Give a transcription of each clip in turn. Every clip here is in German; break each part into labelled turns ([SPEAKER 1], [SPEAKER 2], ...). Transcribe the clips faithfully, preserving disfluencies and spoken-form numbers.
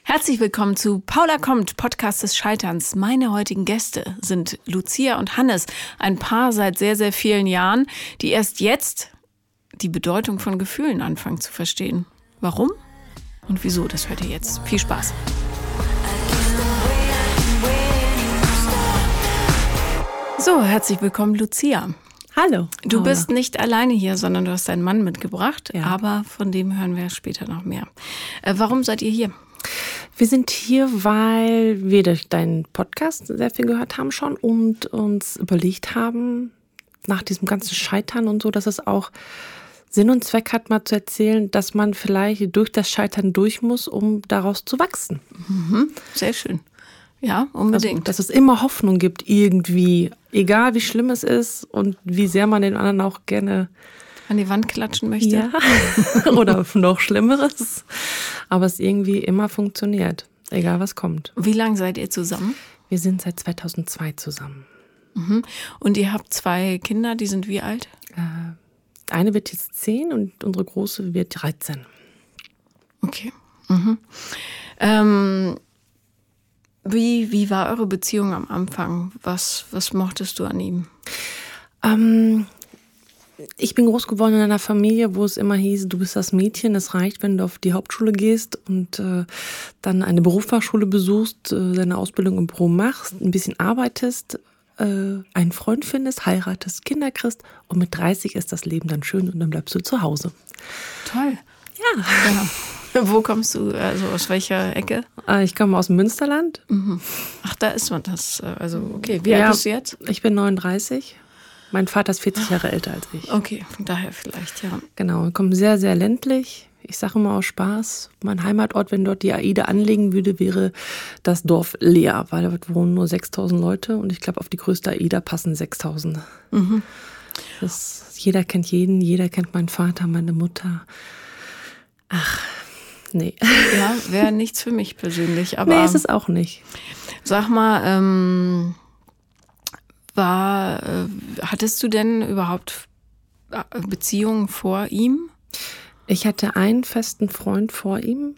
[SPEAKER 1] Herzlich willkommen zu Paula kommt, Podcast des Scheiterns. Meine heutigen Gäste sind Lucia und Hannes, ein Paar seit sehr, sehr vielen Jahren, die erst jetzt die Bedeutung von Gefühlen anfangen zu verstehen. Warum und wieso, das hört ihr jetzt. Viel Spaß. So, herzlich willkommen, Lucia.
[SPEAKER 2] Hallo.
[SPEAKER 1] Du
[SPEAKER 2] Paula.
[SPEAKER 1] bist nicht alleine hier, sondern du hast deinen Mann mitgebracht,
[SPEAKER 2] Ja.
[SPEAKER 1] aber von dem hören wir später noch mehr. Äh, warum seid ihr hier?
[SPEAKER 2] Wir sind hier, weil wir durch deinen Podcast sehr viel gehört haben schon und uns überlegt haben, nach diesem ganzen Scheitern und so, dass es auch Sinn und Zweck hat, mal zu erzählen, dass man vielleicht durch das Scheitern durch muss, um daraus zu wachsen.
[SPEAKER 1] Mhm, sehr schön. Ja, unbedingt.
[SPEAKER 2] Also, dass es immer Hoffnung gibt, irgendwie, egal wie schlimm es ist und wie sehr man den anderen auch gerne
[SPEAKER 1] an die Wand klatschen möchte.
[SPEAKER 2] Ja, oder noch Schlimmeres. Aber es irgendwie immer funktioniert, egal was kommt.
[SPEAKER 1] Wie lange seid ihr zusammen?
[SPEAKER 2] Wir sind seit zweitausendzwei zusammen.
[SPEAKER 1] Mhm. Und ihr habt zwei Kinder, die sind wie alt?
[SPEAKER 2] Äh, eine wird jetzt zehn und unsere Große wird dreizehn.
[SPEAKER 1] Okay. Mhm. Ähm, wie, wie war eure Beziehung am Anfang? Was, was mochtest du an ihm?
[SPEAKER 2] Ähm, ich bin groß geworden in einer Familie, wo es immer hieß, du bist das Mädchen, es reicht, wenn du auf die Hauptschule gehst und äh, dann eine Berufsfachschule besuchst, äh, deine Ausbildung im Büro machst, ein bisschen arbeitest, äh, einen Freund findest, heiratest, Kinder kriegst und mit dreißig ist das Leben dann schön und dann bleibst du zu Hause.
[SPEAKER 1] Toll.
[SPEAKER 2] Ja.
[SPEAKER 1] Ja. Wo kommst du, also aus welcher Ecke?
[SPEAKER 2] Äh, ich komme aus dem Münsterland.
[SPEAKER 1] Mhm. Ach, da ist man das. Also, okay. Wie
[SPEAKER 2] Ja,
[SPEAKER 1] alt bist du jetzt?
[SPEAKER 2] Ich bin neununddreißig. Mein Vater ist vierzig Jahre älter als ich.
[SPEAKER 1] Okay, von daher vielleicht, ja.
[SPEAKER 2] Genau, wir kommen sehr, sehr ländlich. Ich sage immer aus Spaß, mein Heimatort, wenn dort die AIDA anlegen würde, wäre das Dorf leer, weil dort wohnen nur sechstausend Leute und ich glaube, auf die größte AIDA passen sechstausend.
[SPEAKER 1] Mhm.
[SPEAKER 2] Das, jeder kennt jeden, jeder kennt meinen Vater, meine Mutter. Ach, nee.
[SPEAKER 1] Ja, wäre nichts für mich persönlich. Aber
[SPEAKER 2] nee, ist es auch nicht.
[SPEAKER 1] Sag mal, ähm, war, äh, hattest du denn überhaupt Beziehungen vor ihm?
[SPEAKER 2] Ich hatte einen festen Freund vor ihm.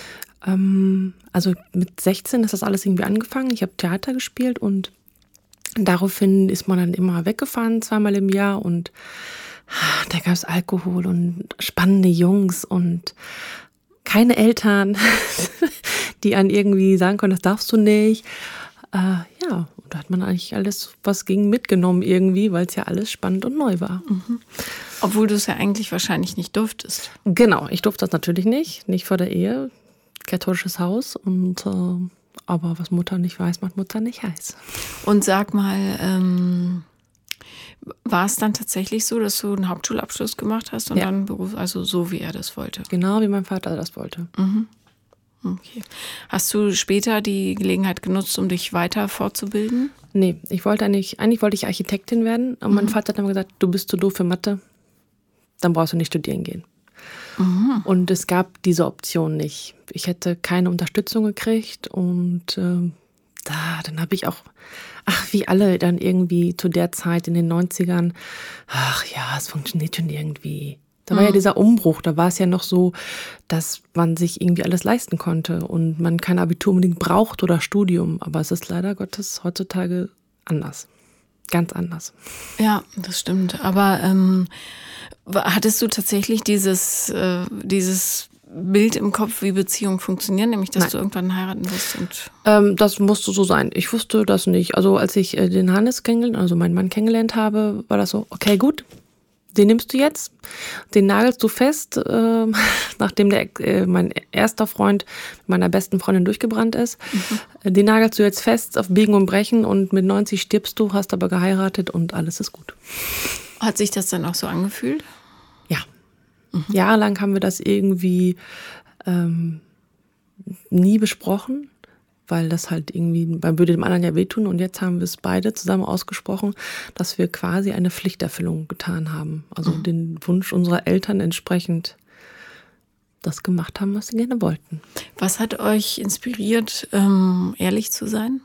[SPEAKER 2] Ähm, also mit sechzehn ist das alles irgendwie angefangen. Ich habe Theater gespielt und daraufhin ist man dann immer weggefahren, zweimal im Jahr. Und da gab es Alkohol und spannende Jungs und keine Eltern, die an irgendwie sagen können, das darfst du nicht. Äh, ja, und da hat man eigentlich alles, was ging, mitgenommen irgendwie, weil es ja alles spannend und neu war.
[SPEAKER 1] Mhm. Obwohl du es ja eigentlich wahrscheinlich nicht durftest.
[SPEAKER 2] Genau, ich durfte das natürlich nicht, nicht vor der Ehe, katholisches Haus. Und äh, aber was Mutter nicht weiß, macht Mutter nicht heiß.
[SPEAKER 1] Und sag mal, ähm, war es dann tatsächlich so, dass du einen Hauptschulabschluss gemacht hast und
[SPEAKER 2] Ja.
[SPEAKER 1] dann Beruf, also so wie er das wollte?
[SPEAKER 2] Genau, wie mein Vater das wollte.
[SPEAKER 1] Mhm. Okay. Hast du später die Gelegenheit genutzt, um dich weiter fortzubilden?
[SPEAKER 2] Nee, ich wollte eigentlich, eigentlich wollte ich Architektin werden. Und mein Vater hat immer gesagt, du bist zu doof für Mathe, dann brauchst du nicht studieren gehen.
[SPEAKER 1] Mhm.
[SPEAKER 2] Und es gab diese Option nicht. Ich hätte keine Unterstützung gekriegt und äh, da, dann habe ich auch, ach, wie alle dann irgendwie zu der Zeit in den neunzigern, ach ja, es funktioniert schon irgendwie. Da war ja dieser Umbruch, da war es ja noch so, dass man sich irgendwie alles leisten konnte und man kein Abitur unbedingt braucht oder Studium. Aber es ist leider Gottes heutzutage anders. Ganz anders.
[SPEAKER 1] Ja, das stimmt. Aber ähm, hattest du tatsächlich dieses, äh, dieses Bild im Kopf, wie Beziehungen funktionieren, nämlich dass
[SPEAKER 2] Nein.
[SPEAKER 1] du irgendwann heiraten wirst? Und
[SPEAKER 2] Ähm, das musste so sein. Ich wusste das nicht. Also als ich äh, den Hannes kennengelernt, also meinen Mann kennengelernt habe, war das so, okay, gut. Den nimmst du jetzt, den nagelst du fest, äh, nachdem der, äh, mein erster Freund mit meiner besten Freundin durchgebrannt ist. Mhm. Den nagelst du jetzt fest auf Biegen und Brechen und mit neunzig stirbst du, hast aber geheiratet und alles ist gut.
[SPEAKER 1] hat sich das dann auch so angefühlt?
[SPEAKER 2] Ja. Mhm. Jahrelang haben wir das irgendwie ähm, nie besprochen, weil das halt irgendwie, man würde dem anderen ja wehtun. Und jetzt haben wir es beide zusammen ausgesprochen, dass wir quasi eine Pflichterfüllung getan haben. Also mhm. den Wunsch unserer Eltern entsprechend das gemacht haben, was sie gerne wollten.
[SPEAKER 1] Was hat euch inspiriert, ähm, ehrlich zu sein?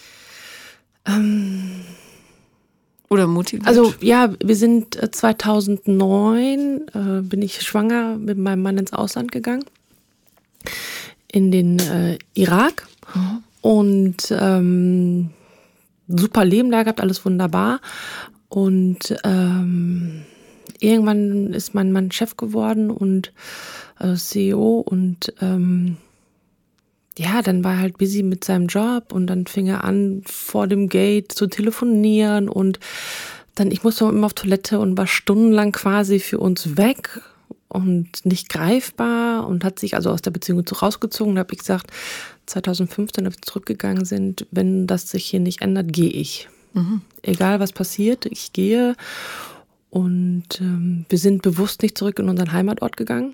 [SPEAKER 2] Ähm,
[SPEAKER 1] Oder motiviert?
[SPEAKER 2] Also ja, wir sind äh, zweitausendneun, äh, bin ich schwanger mit meinem Mann ins Ausland gegangen. in den äh, Irak mhm. und ähm, super Leben da gehabt, alles wunderbar. Und ähm, irgendwann ist mein Mann Chef geworden und äh, C E O und ähm, ja, dann war er halt busy mit seinem Job und dann fing er an, vor dem Gate zu telefonieren und dann, ich musste immer auf Toilette und war stundenlang quasi für uns weg und nicht greifbar und hat sich also aus der Beziehung rausgezogen. Da habe ich gesagt, zwanzig fünfzehn, als wir zurückgegangen sind, wenn das sich hier nicht ändert, gehe ich. Mhm. Egal, was passiert, ich gehe. Und ähm, wir sind bewusst nicht zurück in unseren Heimatort gegangen.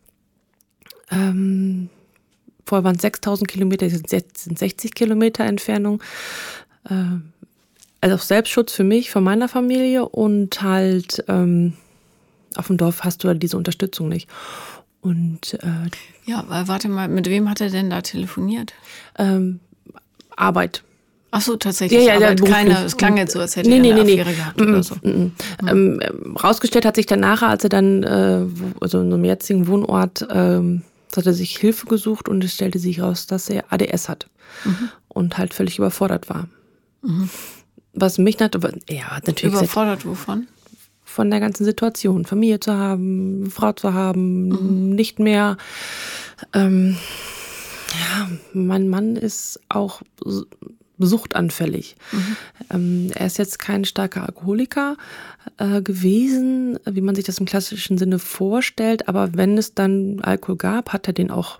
[SPEAKER 2] Ähm, vorher waren es sechstausend Kilometer, jetzt sind sechzig Kilometer Entfernung. Äh, also auf Selbstschutz für mich, für meine Familie und halt ähm, auf dem Dorf hast du ja diese Unterstützung nicht. Und äh,
[SPEAKER 1] ja, aber warte mal, mit wem hat er denn da telefoniert?
[SPEAKER 2] Ähm, Arbeit.
[SPEAKER 1] Ach so, tatsächlich.
[SPEAKER 2] Ja, ja,
[SPEAKER 1] Arbeit,
[SPEAKER 2] ja,
[SPEAKER 1] keine, es klang jetzt so, als hätte
[SPEAKER 2] nee,
[SPEAKER 1] er
[SPEAKER 2] nee,
[SPEAKER 1] eine
[SPEAKER 2] nee,
[SPEAKER 1] Affäre
[SPEAKER 2] nee.
[SPEAKER 1] gehabt oder so.
[SPEAKER 2] Mm, mm, mm. Mhm. Ähm, rausgestellt hat sich dann nachher, als er dann, äh, also in einem jetzigen Wohnort, ähm, hat er sich Hilfe gesucht und es stellte sich raus, dass er A D S hat mhm. und halt völlig überfordert war. Mhm. Was mich natürlich, ja, natürlich
[SPEAKER 1] überfordert gesagt, wovon?
[SPEAKER 2] Von der ganzen Situation, Familie zu haben, Frau zu haben, mhm. nicht mehr. Ähm, ja, mein Mann ist auch suchtanfällig. Mhm. Ähm, er ist jetzt kein starker Alkoholiker äh, gewesen, wie man sich das im klassischen Sinne vorstellt, aber wenn es dann Alkohol gab, hat er den auch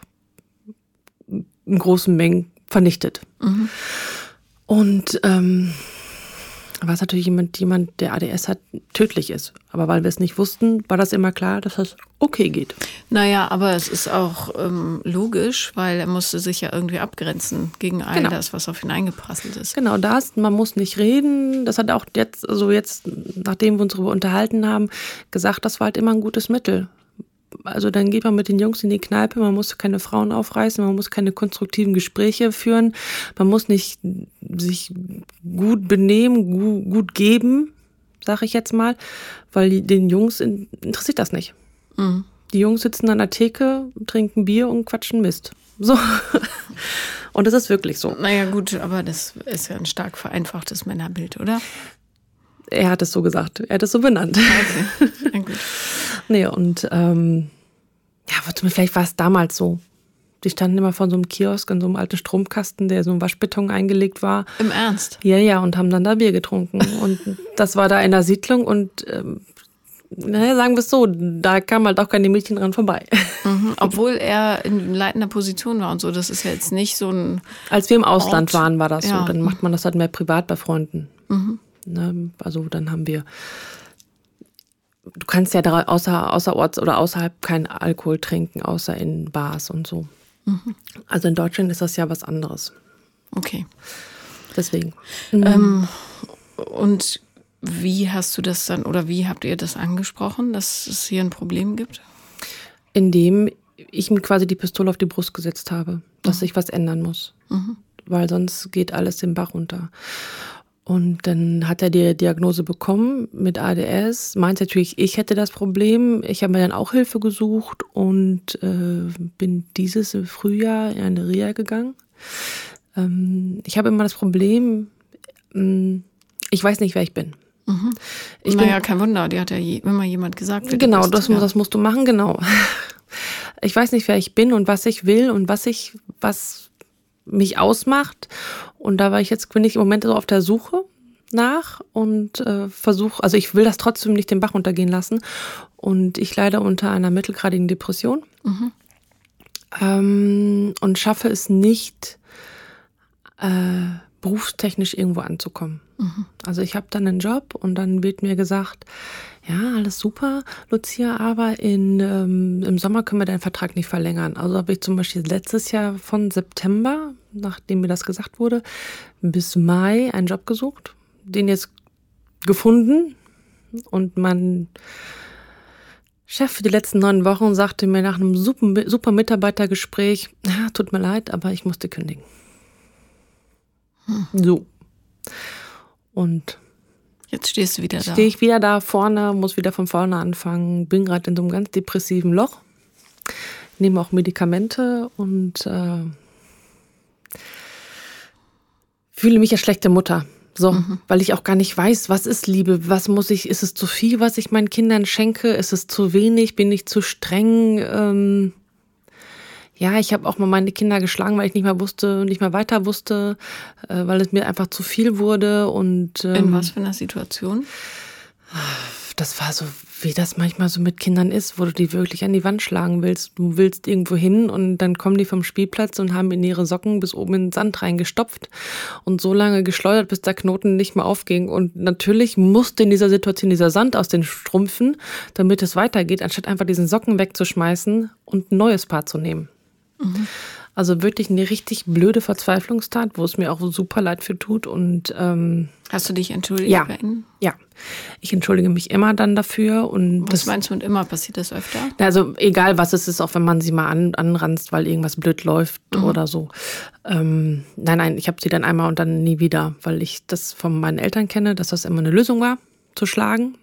[SPEAKER 2] in großen Mengen vernichtet. Mhm. Und ähm, was natürlich jemand, jemand, der A D S hat, tödlich ist. Aber weil wir es nicht wussten, war das immer klar, dass das okay geht.
[SPEAKER 1] Naja, aber es ist auch ähm, logisch, weil er musste sich ja irgendwie abgrenzen gegen all genau. das, was auf ihn eingeprasselt ist.
[SPEAKER 2] Genau das, man muss nicht reden. Das hat auch jetzt, also jetzt, nachdem wir uns darüber unterhalten haben, gesagt, das war halt immer ein gutes Mittel. Also dann geht man mit den Jungs in die Kneipe, man muss keine Frauen aufreißen, man muss keine konstruktiven Gespräche führen, man muss nicht sich gut benehmen, gut, gut geben, sage ich jetzt mal, weil die, den Jungs in, interessiert das nicht. Mhm. Die Jungs sitzen an der Theke, trinken Bier und quatschen Mist. So. Und das ist wirklich so.
[SPEAKER 1] Naja gut, aber das ist ja ein stark vereinfachtes Männerbild, oder?
[SPEAKER 2] Er hat es so gesagt, er hat es so benannt.
[SPEAKER 1] Okay, na gut.
[SPEAKER 2] Nee, und ähm, ja, vielleicht war es damals so. Die standen immer vor so einem Kiosk in so einem alten Stromkasten, der so ein Waschbeton eingelegt war.
[SPEAKER 1] Im Ernst?
[SPEAKER 2] Ja, ja, und haben dann da Bier getrunken. Und das war da in der Siedlung und ähm, naja, sagen wir es so, da kam halt auch keine Mädchen dran vorbei.
[SPEAKER 1] Mhm, obwohl er in leitender Position war und so, das ist ja jetzt nicht so ein
[SPEAKER 2] Als wir im Ausland Ort. waren, war das
[SPEAKER 1] ja.
[SPEAKER 2] so. Dann macht man das halt mehr privat bei Freunden.
[SPEAKER 1] Mhm.
[SPEAKER 2] Ne? Also dann haben wir Du kannst ja da außer, außerorts oder außerhalb keinen Alkohol trinken, außer in Bars und so. Mhm. Also in Deutschland ist das ja was anderes.
[SPEAKER 1] Okay.
[SPEAKER 2] Deswegen.
[SPEAKER 1] Ähm, und wie hast du das dann, oder wie habt ihr das angesprochen, dass es hier ein Problem gibt?
[SPEAKER 2] Indem ich mir quasi die Pistole auf die Brust gesetzt habe, dass mhm. sich was ändern muss. Mhm. Weil sonst geht alles den Bach runter. Und dann hat er die Diagnose bekommen mit A D S. Meint natürlich, ich hätte das Problem. Ich habe mir dann auch Hilfe gesucht und äh, bin dieses Frühjahr in eine Reha gegangen. Ähm, ich habe immer das Problem, ähm, ich weiß nicht, wer ich bin.
[SPEAKER 1] Mhm. Ich naja, bin, kein Wunder, die hat ja je, immer jemand gesagt.
[SPEAKER 2] Genau,
[SPEAKER 1] bist,
[SPEAKER 2] das,
[SPEAKER 1] ja.
[SPEAKER 2] das musst du machen, genau. Ich weiß nicht, wer ich bin und was ich will und was ich, was mich ausmacht. Und da war ich jetzt, bin ich im Moment so auf der Suche nach und äh, versuche, also ich will das trotzdem nicht den Bach runtergehen lassen. Und ich leide unter einer mittelgradigen Depression mhm. ähm, und schaffe es nicht, äh, berufstechnisch irgendwo anzukommen. Mhm. Also ich habe dann einen Job und dann wird mir gesagt, ja, alles super, Lucia, aber in, ähm, im Sommer können wir deinen Vertrag nicht verlängern. Also habe ich zum Beispiel letztes Jahr von September, nachdem mir das gesagt wurde, bis Mai einen Job gesucht, den jetzt gefunden und mein Chef für die letzten neun Wochen sagte mir nach einem super, super Mitarbeitergespräch, ja, tut mir leid, aber ich musste kündigen. Hm. So. Und
[SPEAKER 1] jetzt stehst du wieder da.
[SPEAKER 2] Stehe ich wieder da vorne, muss wieder von vorne anfangen, bin gerade in so einem ganz depressiven Loch. nehme auch Medikamente und äh, fühle mich als schlechte Mutter. So, mhm. weil ich auch gar nicht weiß, was ist Liebe, was muss ich, ist es zu viel, was ich meinen Kindern schenke, ist es zu wenig, bin ich zu streng? Ähm, ja, ich habe auch mal meine Kinder geschlagen, weil ich nicht mehr wusste, nicht mehr weiter wusste, äh, weil es mir einfach zu viel wurde. Und ähm,
[SPEAKER 1] in was für einer Situation?
[SPEAKER 2] Das war so, wie das manchmal so mit Kindern ist, wo du die wirklich an die Wand schlagen willst. Du willst irgendwo hin und dann kommen die vom Spielplatz und haben in ihre Socken bis oben in den Sand reingestopft und so lange geschleudert, bis der Knoten nicht mehr aufging. Und natürlich musste in dieser Situation dieser Sand aus den Strümpfen, damit es weitergeht, anstatt einfach diesen Socken wegzuschmeißen und ein neues Paar zu nehmen. Mhm. Also wirklich eine richtig blöde Verzweiflungstat, wo es mir auch super leid für tut. Und ähm,
[SPEAKER 1] hast du dich entschuldigt
[SPEAKER 2] ja,
[SPEAKER 1] bei ihnen?
[SPEAKER 2] Ja, ich entschuldige mich immer dann dafür. Und
[SPEAKER 1] was das, meinst du mit immer? Passiert das öfter?
[SPEAKER 2] Also egal was es ist, auch wenn man sie mal an, anranzt, weil irgendwas blöd läuft mhm. oder so. Ähm, nein, nein, ich habe sie dann einmal und dann nie wieder, weil ich das von meinen Eltern kenne, dass das immer eine Lösung war, zu schlagen.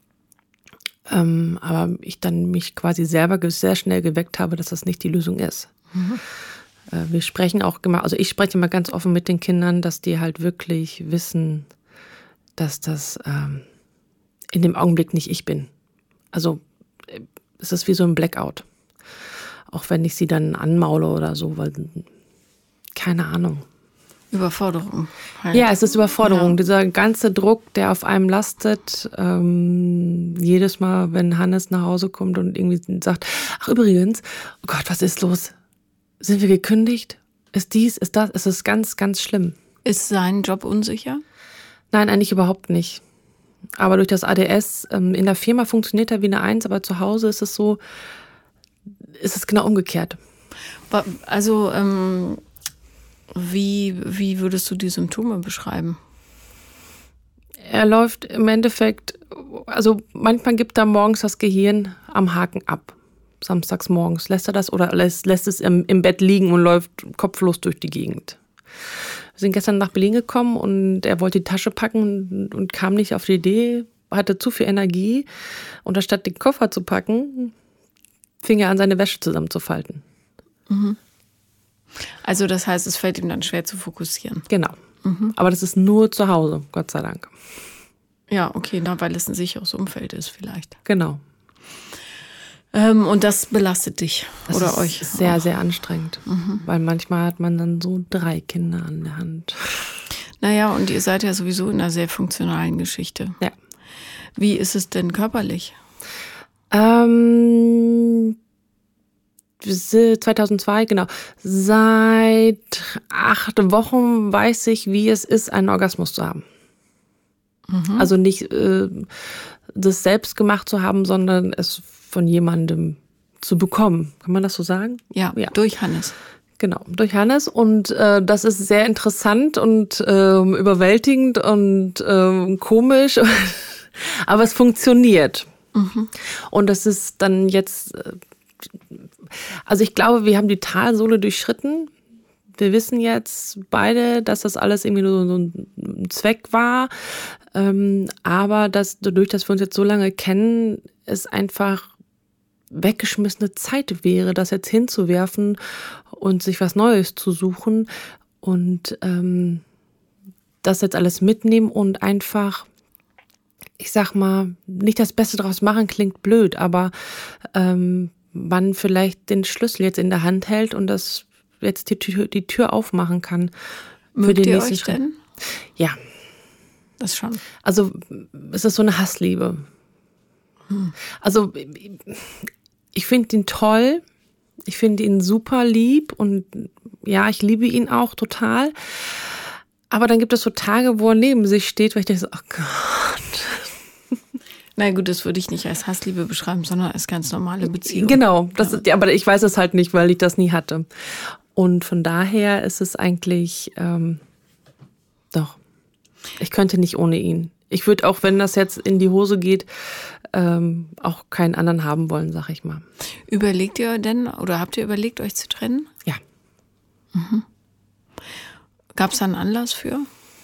[SPEAKER 2] Ähm, aber ich dann mich quasi selber sehr schnell geweckt habe, dass das nicht die Lösung ist. Mhm. Wir sprechen auch immer, also ich spreche immer ganz offen mit den Kindern, dass die halt wirklich wissen, dass das ähm, in dem Augenblick nicht ich bin. Also es ist wie so ein Blackout. Auch wenn ich sie dann anmaule oder so, weil, keine Ahnung.
[SPEAKER 1] Überforderung. Halt.
[SPEAKER 2] Ja, es ist Überforderung. Ja. Dieser ganze Druck, der auf einem lastet, ähm, jedes Mal, wenn Hannes nach Hause kommt und irgendwie sagt, ach übrigens, oh Gott, was ist los? Sind wir gekündigt? Ist dies, ist das? Es ist ganz, ganz schlimm.
[SPEAKER 1] Ist sein Job unsicher?
[SPEAKER 2] Nein, eigentlich überhaupt nicht. Aber durch das A D S, ähm, in der Firma funktioniert er wie eine Eins, aber zu Hause ist es so, ist es genau umgekehrt.
[SPEAKER 1] Also, ähm, wie, wie würdest du die Symptome beschreiben?
[SPEAKER 2] Er läuft im Endeffekt, also manchmal gibt er morgens das Gehirn am Haken ab. Samstags morgens lässt er das oder lässt, lässt es im, im Bett liegen und läuft kopflos durch die Gegend. Wir sind gestern nach Berlin gekommen und er wollte die Tasche packen und, und kam nicht auf die Idee, hatte zu viel Energie und anstatt den Koffer zu packen, fing er an, seine Wäsche zusammenzufalten.
[SPEAKER 1] Mhm. Also das heißt, es fällt ihm dann schwer zu fokussieren.
[SPEAKER 2] Genau. Mhm. Aber das ist nur zu Hause, Gott sei Dank.
[SPEAKER 1] Ja, okay, na, weil es ein sicheres Umfeld ist vielleicht.
[SPEAKER 2] Genau.
[SPEAKER 1] Ähm, und das belastet dich
[SPEAKER 2] das
[SPEAKER 1] oder
[SPEAKER 2] ist
[SPEAKER 1] euch?
[SPEAKER 2] Sehr,
[SPEAKER 1] auch.
[SPEAKER 2] sehr anstrengend. Mhm. Weil manchmal hat man dann so drei Kinder an der Hand.
[SPEAKER 1] Naja, und ihr seid ja sowieso in einer sehr funktionalen Geschichte.
[SPEAKER 2] Ja.
[SPEAKER 1] Wie ist es denn körperlich?
[SPEAKER 2] Ähm, zweitausendzwei, genau. Seit acht Wochen weiß ich, wie es ist, einen Orgasmus zu haben. Mhm. Also nicht äh, das selbst gemacht zu haben, sondern es von jemandem zu bekommen. Kann man das so sagen?
[SPEAKER 1] Ja, ja. Durch Hannes.
[SPEAKER 2] Genau, durch Hannes. Und äh, das ist sehr interessant und äh, überwältigend und äh, komisch. Aber es funktioniert. Mhm. Und das ist dann jetzt, äh, also ich glaube, wir haben die Talsohle durchschritten. Wir wissen jetzt beide, dass das alles irgendwie nur so ein Zweck war. Ähm, aber dass, dadurch, dass wir uns jetzt so lange kennen, es einfach weggeschmissene Zeit wäre, das jetzt hinzuwerfen und sich was Neues zu suchen und ähm, das jetzt alles mitnehmen und einfach, ich sag mal, nicht das Beste draus machen, klingt blöd, aber ähm, man vielleicht den Schlüssel jetzt in der Hand hält und das jetzt die Tür, die Tür aufmachen kann.
[SPEAKER 1] Mögt
[SPEAKER 2] für den
[SPEAKER 1] ihr
[SPEAKER 2] nächsten
[SPEAKER 1] euch
[SPEAKER 2] Schritt.
[SPEAKER 1] denn?
[SPEAKER 2] Ja.
[SPEAKER 1] Das schon.
[SPEAKER 2] Also es ist so eine Hassliebe. Hm. Also ich finde ihn toll, ich finde ihn super lieb und ja, ich liebe ihn auch total. Aber dann gibt es so Tage, wo er neben sich steht, wo ich denke so, oh Gott.
[SPEAKER 1] Na gut, das würde ich nicht als Hassliebe beschreiben, sondern als ganz normale Beziehung.
[SPEAKER 2] Genau, das
[SPEAKER 1] ja.
[SPEAKER 2] ist, aber ich weiß es halt nicht, weil ich das nie hatte. Und von daher ist es eigentlich, ähm, doch, ich könnte nicht ohne ihn. Ich würde auch, wenn das jetzt in die Hose geht, ähm, auch keinen anderen haben wollen, sag ich mal.
[SPEAKER 1] Überlegt ihr denn, oder habt ihr überlegt, euch zu trennen?
[SPEAKER 2] Ja.
[SPEAKER 1] Mhm. Gab es da einen Anlass für?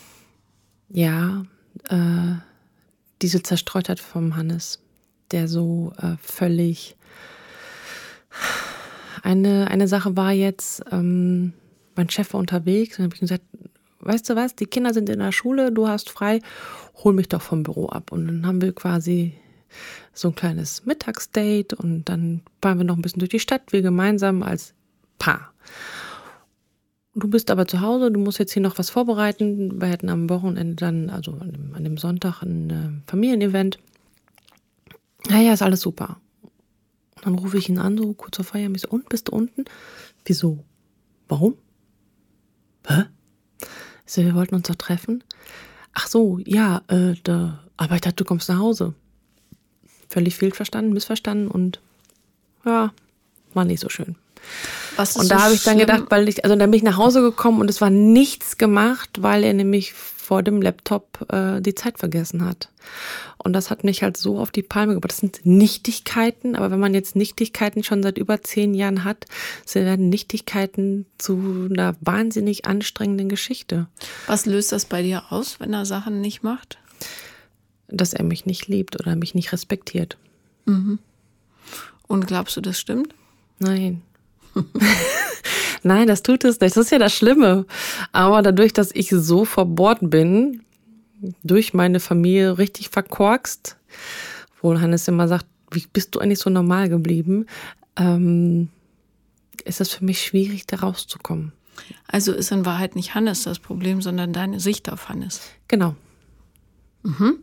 [SPEAKER 2] Ja, äh, diese Zerstreutheit vom Hannes, der so äh, völlig Eine, eine Sache war jetzt, ähm, mein Chef war unterwegs und habe ich gesagt, weißt du was, die Kinder sind in der Schule, du hast frei, hol mich doch vom Büro ab. Und dann haben wir quasi so ein kleines Mittagsdate und dann fahren wir noch ein bisschen durch die Stadt, wir gemeinsam als Paar. Du bist aber zu Hause, du musst jetzt hier noch was vorbereiten. Wir hätten am Wochenende dann, also an dem, an dem Sonntag, ein äh, Familienevent. Ja, ja, ist alles super. Und dann rufe ich ihn an, so kurz vor Feierabend, ich so, und, bist du unten? Wieso? Warum? Hä? Ich so, wir wollten uns doch treffen. Ach so, ja, äh, da, aber ich dachte, du kommst nach Hause. Völlig fehlverstanden, missverstanden und ja, war nicht so schön.
[SPEAKER 1] Was ist
[SPEAKER 2] und da
[SPEAKER 1] so
[SPEAKER 2] habe ich dann
[SPEAKER 1] schlimm?
[SPEAKER 2] gedacht, weil ich, also dann bin ich nach Hause gekommen und es war nichts gemacht, weil er nämlich vor dem Laptop äh, die Zeit vergessen hat. Und das hat mich halt so auf die Palme gebracht. Das sind Nichtigkeiten, aber wenn man jetzt Nichtigkeiten schon seit über zehn Jahren hat, sind werden Nichtigkeiten zu einer wahnsinnig anstrengenden Geschichte.
[SPEAKER 1] Was löst das bei dir aus, wenn er Sachen nicht macht?
[SPEAKER 2] Dass er mich nicht liebt oder mich nicht respektiert.
[SPEAKER 1] Mhm. Und glaubst du, das stimmt?
[SPEAKER 2] Nein. Nein, das tut es nicht. Das ist ja das Schlimme. Aber dadurch, dass ich so verbohrt bin, durch meine Familie richtig verkorkst, wo Hannes immer sagt, wie bist du eigentlich so normal geblieben, ähm, ist es für mich schwierig, da rauszukommen.
[SPEAKER 1] Also ist in Wahrheit nicht Hannes das Problem, sondern deine Sicht auf Hannes.
[SPEAKER 2] Genau.
[SPEAKER 1] Mhm.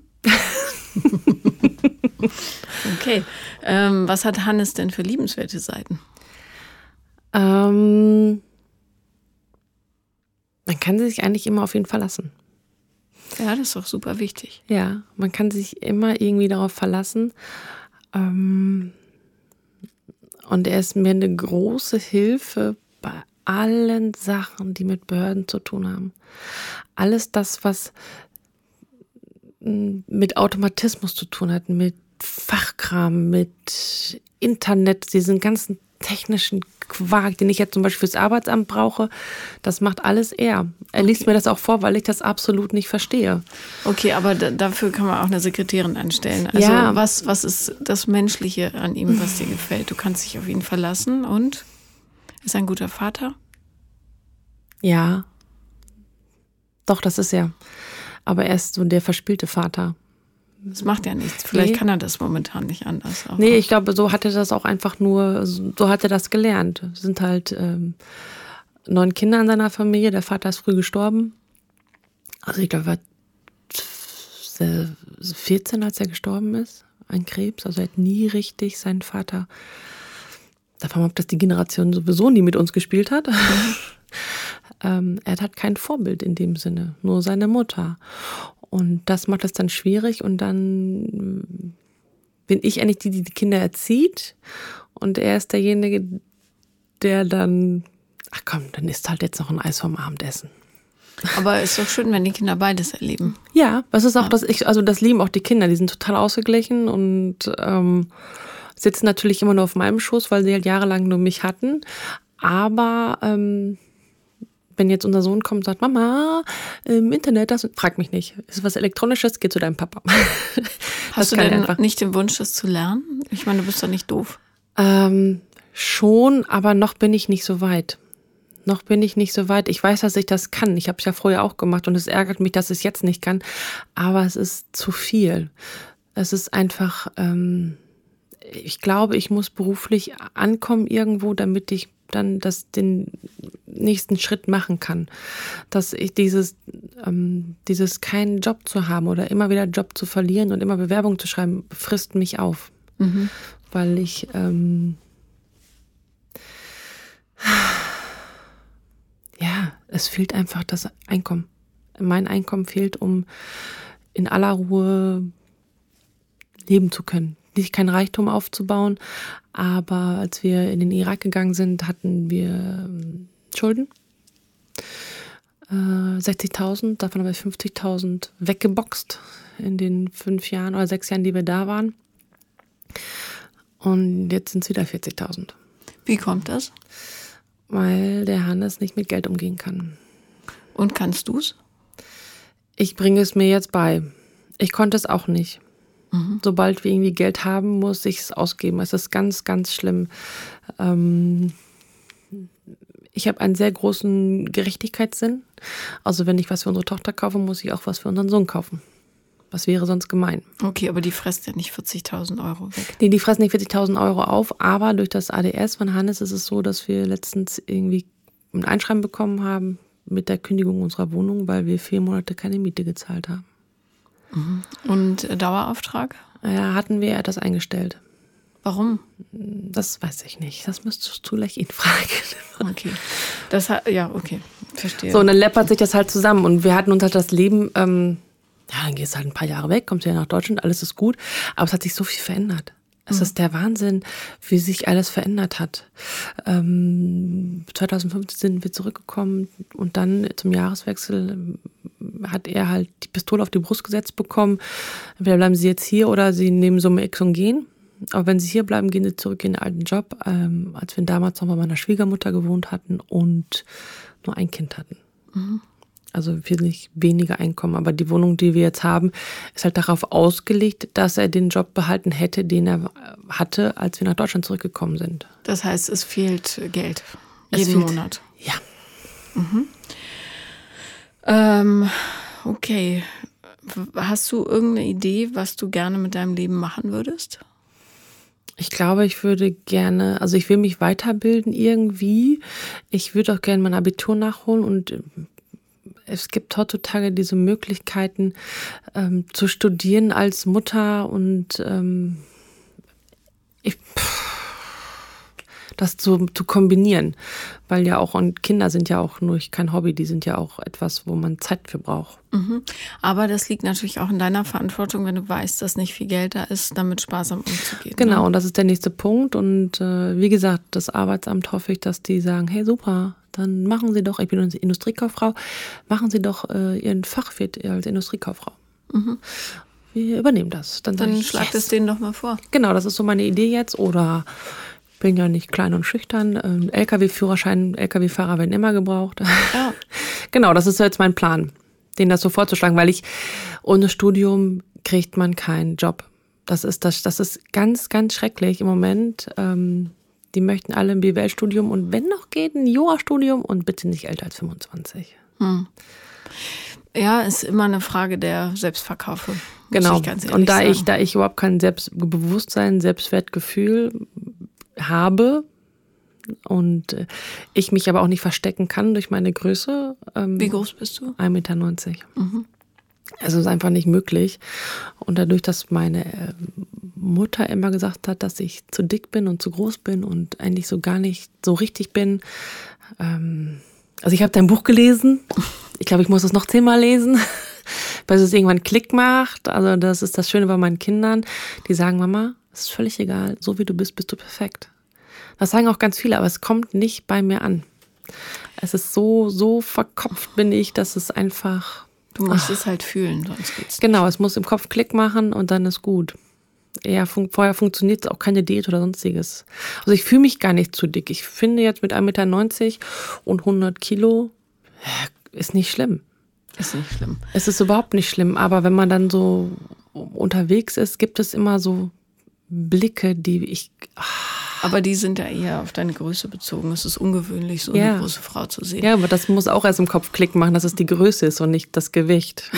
[SPEAKER 1] Okay. Ähm, was hat Hannes denn für liebenswerte Seiten?
[SPEAKER 2] Ähm, man kann sich eigentlich immer auf ihn verlassen.
[SPEAKER 1] Ja, das ist doch super wichtig.
[SPEAKER 2] Ja, man kann sich immer irgendwie darauf verlassen. Ähm, und er ist mir eine große Hilfe bei allen Sachen, die mit Behörden zu tun haben. Alles das, was mit Automatismus zu tun hat, mit Fachkram, mit Internet, diesen ganzen technischen Quark, den ich jetzt zum Beispiel fürs Arbeitsamt brauche, das macht alles er. Er liest
[SPEAKER 1] Okay.
[SPEAKER 2] mir das auch vor, weil ich das absolut nicht verstehe.
[SPEAKER 1] Okay, aber da, dafür kann man auch eine Sekretärin anstellen. Also
[SPEAKER 2] Ja.
[SPEAKER 1] was, was ist das Menschliche an ihm, was dir gefällt? Du kannst dich auf ihn verlassen und ist er ein guter Vater?
[SPEAKER 2] Ja, doch, das ist er. Aber er ist so der verspielte Vater.
[SPEAKER 1] Das macht ja nichts. Vielleicht
[SPEAKER 2] Nee.
[SPEAKER 1] kann er das momentan nicht anders. Aber
[SPEAKER 2] Nee, ich glaube, so hat er das auch einfach nur, so hat er das gelernt. Es sind halt ähm, neun Kinder in seiner Familie. Der Vater ist früh gestorben. Also ich glaube, er war vierzehn, als er gestorben ist, an Krebs. Also er hat nie richtig seinen Vater, davon ab, dass die Generation sowieso nie mit uns gespielt hat. ähm, er hat kein Vorbild in dem Sinne, nur seine Mutter. Und das macht es dann schwierig und dann bin ich eigentlich die, die die Kinder erzieht und er ist derjenige, der dann, ach komm, dann isst halt jetzt noch ein Eis vorm Abendessen.
[SPEAKER 1] Aber ist doch schön, wenn die Kinder beides erleben.
[SPEAKER 2] Ja, das ist auch das, ich, also das lieben auch die Kinder, die sind total ausgeglichen und ähm, sitzen natürlich immer nur auf meinem Schoß, weil sie halt jahrelang nur mich hatten, aber ähm, wenn jetzt unser Sohn kommt und sagt, Mama, im Internet, das, frag mich nicht. Ist was Elektronisches, geh zu deinem Papa.
[SPEAKER 1] Hast du denn nicht den Wunsch, das zu lernen? Ich meine, du bist doch nicht doof.
[SPEAKER 2] Ähm, schon, aber noch bin ich nicht so weit. Noch bin ich nicht so weit. Ich weiß, dass ich das kann. Ich habe es ja vorher auch gemacht und es ärgert mich, dass ich es jetzt nicht kann. Aber es ist zu viel. Es ist einfach, ähm, ich glaube, ich muss beruflich ankommen irgendwo, damit ich dann das, den nächsten Schritt machen kann. Dass ich dieses, ähm, dieses keinen Job zu haben oder immer wieder Job zu verlieren und immer Bewerbung zu schreiben, frisst mich auf.
[SPEAKER 1] Mhm.
[SPEAKER 2] Weil ich, ähm, ja, es fehlt einfach das Einkommen. Mein Einkommen fehlt, um in aller Ruhe leben zu können. Nicht kein Reichtum aufzubauen, aber als wir in den Irak gegangen sind, hatten wir ähm, Schulden. Äh, sechzigtausend, davon haben wir fünfzigtausend weggeboxt in den fünf Jahren oder sechs Jahren, die wir da waren. Und jetzt sind es wieder vierzigtausend.
[SPEAKER 1] Wie kommt das?
[SPEAKER 2] Weil der Hannes nicht mit Geld umgehen kann.
[SPEAKER 1] Und kannst du's?
[SPEAKER 2] Ich bringe es mir jetzt bei. Ich konnte es auch nicht. Mhm. Sobald wir irgendwie Geld haben, muss ich es ausgeben. Es ist ganz, ganz schlimm. Ähm, Ich habe einen sehr großen Gerechtigkeitssinn. Also wenn ich was für unsere Tochter kaufe, muss ich auch was für unseren Sohn kaufen. Was wäre sonst gemein?
[SPEAKER 1] Okay, aber die frisst ja nicht vierzigtausend Euro weg.
[SPEAKER 2] Nee, die fressen nicht vierzigtausend Euro auf, aber durch das A D S von Hannes ist es so, dass wir letztens irgendwie ein Einschreiben bekommen haben mit der Kündigung unserer Wohnung, weil wir vier Monate keine Miete gezahlt haben.
[SPEAKER 1] Mhm. Und äh, Dauerauftrag?
[SPEAKER 2] Ja, hatten wir etwas eingestellt.
[SPEAKER 1] Warum?
[SPEAKER 2] Das weiß ich nicht. Das müsstest du gleich ihn fragen.
[SPEAKER 1] Okay. Das hat, ja, okay. Verstehe.
[SPEAKER 2] So, und dann läppert sich das halt zusammen. Und wir hatten uns halt das Leben, ähm, ja, dann gehst du halt ein paar Jahre weg, kommst wieder nach Deutschland, alles ist gut. Aber es hat sich so viel verändert. Es mhm. ist der Wahnsinn, wie sich alles verändert hat. Ähm, zweitausendfünfzehn sind wir zurückgekommen und dann zum Jahreswechsel hat er halt die Pistole auf die Brust gesetzt bekommen. Entweder bleiben sie jetzt hier oder sie nehmen Summe X und gehen. Aber wenn sie hier bleiben, gehen sie zurück in den alten Job, ähm, als wir damals noch bei meiner Schwiegermutter gewohnt hatten und nur ein Kind hatten. Mhm. Also wesentlich weniger Einkommen. Aber die Wohnung, die wir jetzt haben, ist halt darauf ausgelegt, dass er den Job behalten hätte, den er hatte, als wir nach Deutschland zurückgekommen sind.
[SPEAKER 1] Das heißt, es fehlt Geld
[SPEAKER 2] es
[SPEAKER 1] jeden
[SPEAKER 2] fehlt,
[SPEAKER 1] Monat.
[SPEAKER 2] Ja.
[SPEAKER 1] Mhm. Ähm, okay. Hast du irgendeine Idee, was du gerne mit deinem Leben machen würdest?
[SPEAKER 2] Ich glaube, ich würde gerne, also ich will mich weiterbilden irgendwie. Ich würde auch gerne mein Abitur nachholen und es gibt heutzutage diese Möglichkeiten, ähm, zu studieren als Mutter und ähm, ich, das zu, zu kombinieren. Weil ja auch, und Kinder sind ja auch nur kein Hobby, die sind ja auch etwas, wo man Zeit für braucht.
[SPEAKER 1] Mhm. Aber das liegt natürlich auch in deiner Verantwortung, wenn du weißt, dass nicht viel Geld da ist, damit sparsam umzugehen.
[SPEAKER 2] Genau,
[SPEAKER 1] ne?
[SPEAKER 2] Und das ist der nächste Punkt. Und äh, wie gesagt, das Arbeitsamt hoffe ich, dass die sagen, hey super, dann machen Sie doch, ich bin Industriekauffrau, machen Sie doch äh, Ihren Fachwirt als Industriekauffrau. Mhm. Wir übernehmen das. Dann,
[SPEAKER 1] dann
[SPEAKER 2] ich,
[SPEAKER 1] schlag
[SPEAKER 2] yes.
[SPEAKER 1] es denen doch mal vor.
[SPEAKER 2] Genau, das ist so meine Idee jetzt. Oder bin ja nicht klein und schüchtern. Ähm, L K W-Führerschein, L K W-Fahrer werden immer gebraucht.
[SPEAKER 1] Ja.
[SPEAKER 2] Genau, das ist jetzt mein Plan, denen das so vorzuschlagen, weil ich ohne Studium kriegt man keinen Job. Das ist das, das ist ganz, ganz schrecklich im Moment. Ähm, die möchten alle ein B W L-Studium und wenn noch geht, ein Jura-Studium und bitte nicht älter als fünfundzwanzig.
[SPEAKER 1] Hm. Ja, ist immer eine Frage der Selbstverkaufe.
[SPEAKER 2] Genau.
[SPEAKER 1] Ich ganz
[SPEAKER 2] und da
[SPEAKER 1] sagen.
[SPEAKER 2] ich, da ich überhaupt kein Selbstbewusstsein, Selbstwertgefühl habe und ich mich aber auch nicht verstecken kann durch meine Größe. Ähm,
[SPEAKER 1] Wie groß bist du?
[SPEAKER 2] ein Meter neunzig.
[SPEAKER 1] Mhm.
[SPEAKER 2] Es ist einfach nicht möglich. Und dadurch, dass meine Mutter immer gesagt hat, dass ich zu dick bin und zu groß bin und eigentlich so gar nicht so richtig bin. Ähm, also ich habe dein Buch gelesen. Ich glaube, ich muss es noch zehnmal lesen, bis es irgendwann Klick macht. Also das ist das Schöne bei meinen Kindern. Die sagen, Mama, es ist völlig egal. So wie du bist, bist du perfekt. Das sagen auch ganz viele, aber es kommt nicht bei mir an. Es ist so, so verkopft bin ich, dass es einfach...
[SPEAKER 1] Du musst ach, es halt fühlen, sonst geht's nicht.
[SPEAKER 2] Genau, es muss im Kopf Klick machen und dann ist gut. Ja, fun- vorher funktioniert auch keine Diät oder sonstiges. Also ich fühle mich gar nicht zu dick. Ich finde jetzt mit ein Meter neunzig und hundert Kilo ist nicht schlimm.
[SPEAKER 1] Ist nicht schlimm.
[SPEAKER 2] Es ist überhaupt nicht schlimm, aber wenn man dann so unterwegs ist, gibt es immer so Blicke, die ich... Ach.
[SPEAKER 1] Aber die sind ja eher auf deine Größe bezogen. Es ist ungewöhnlich, so
[SPEAKER 2] ja.
[SPEAKER 1] eine große Frau zu sehen.
[SPEAKER 2] Ja, aber das muss auch erst im Kopf Klick machen, dass es die Größe ist und nicht das Gewicht.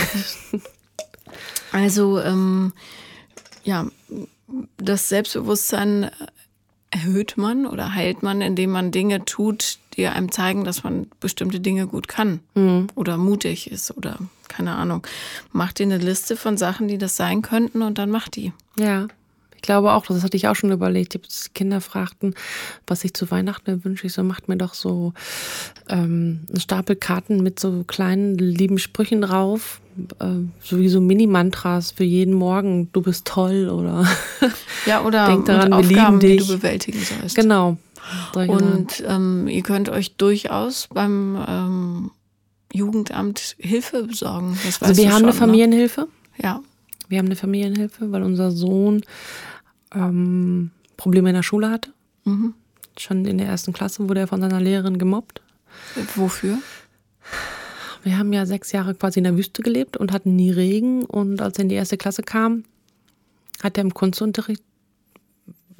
[SPEAKER 1] Also, ähm, ja, das Selbstbewusstsein erhöht man oder heilt man, indem man Dinge tut, die einem zeigen, dass man bestimmte Dinge gut kann mhm. oder mutig ist oder keine Ahnung. Mach dir eine Liste von Sachen, die das sein könnten und dann mach die.
[SPEAKER 2] Ja. Ich glaube auch, das hatte ich auch schon überlegt. Die Kinder fragten, was ich zu Weihnachten wünsche. Ich so, macht mir doch so ähm, einen Stapel Karten mit so kleinen, lieben Sprüchen drauf. Äh, so wie so Mini-Mantras für jeden Morgen. Du bist toll oder
[SPEAKER 1] ja, oder
[SPEAKER 2] denk daran,
[SPEAKER 1] mit
[SPEAKER 2] wir
[SPEAKER 1] Aufgaben,
[SPEAKER 2] lieben dich.
[SPEAKER 1] die du bewältigen sollst.
[SPEAKER 2] Genau.
[SPEAKER 1] Und ähm, ihr könnt euch durchaus beim ähm, Jugendamt Hilfe besorgen. Das
[SPEAKER 2] also wir haben
[SPEAKER 1] schon,
[SPEAKER 2] eine Familienhilfe.
[SPEAKER 1] Ne? Ja.
[SPEAKER 2] Wir haben eine Familienhilfe, weil unser Sohn ähm, Probleme in der Schule hatte. Mhm. Schon in der ersten Klasse wurde er von seiner Lehrerin gemobbt.
[SPEAKER 1] Wofür?
[SPEAKER 2] Wir haben ja sechs Jahre quasi in der Wüste gelebt und hatten nie Regen. Und als er in die erste Klasse kam, hat er im Kunstunterricht